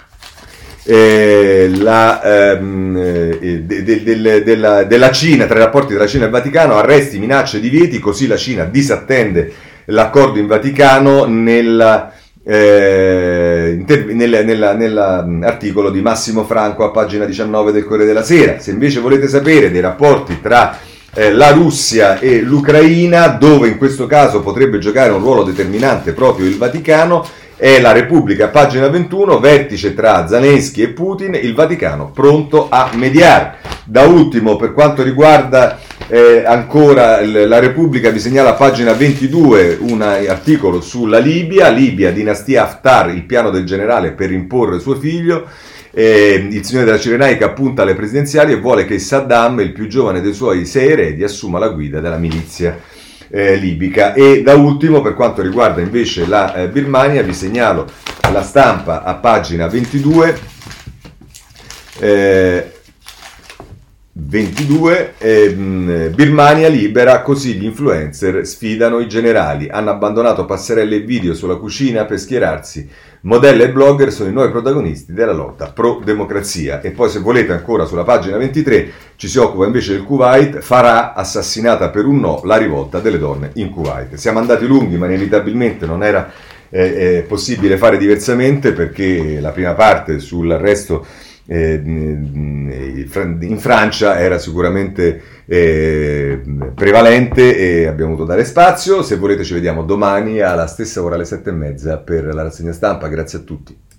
eh, la, ehm, eh, de, de, de, della, della Cina, tra i rapporti tra la Cina e il Vaticano, arresti, minacce, divieti, così la Cina disattende l'accordo in Vaticano nella, eh, inter, nella, nella, nella articolo di Massimo Franco a pagina diciannove del Corriere della Sera. Se invece volete sapere dei rapporti tra Eh, la Russia e l'Ucraina, dove in questo caso potrebbe giocare un ruolo determinante proprio il Vaticano, è la Repubblica, pagina ventuno, vertice tra Zelensky e Putin, il Vaticano pronto a mediare. Da ultimo, per quanto riguarda eh, ancora l- la Repubblica, vi segnala a pagina ventidue un articolo sulla Libia, Libia, dinastia Haftar, il piano del generale per imporre suo figlio. Eh, il signore della Cirenaica punta alle presidenziali e vuole che Saddam, il più giovane dei suoi sei eredi, assuma la guida della milizia eh, libica. E da ultimo, per quanto riguarda invece la eh, Birmania, vi segnalo la Stampa a pagina ventidue. Eh, ventidue eh, Birmania libera, così gli influencer sfidano i generali, hanno abbandonato passerelle e video sulla cucina per schierarsi. Modelle e blogger sono i nuovi protagonisti della lotta pro democrazia. E poi, se volete, ancora sulla pagina ventitré ci si occupa invece del Kuwait. Farah assassinata per un no, la rivolta delle donne in Kuwait. Siamo andati lunghi, ma inevitabilmente non era eh, eh, possibile fare diversamente, perché la prima parte sull'arresto eh, in Francia era sicuramente eh, prevalente e abbiamo dovuto dare spazio. Se volete ci vediamo domani alla stessa ora, alle sette e mezza, per la rassegna stampa. Grazie a tutti.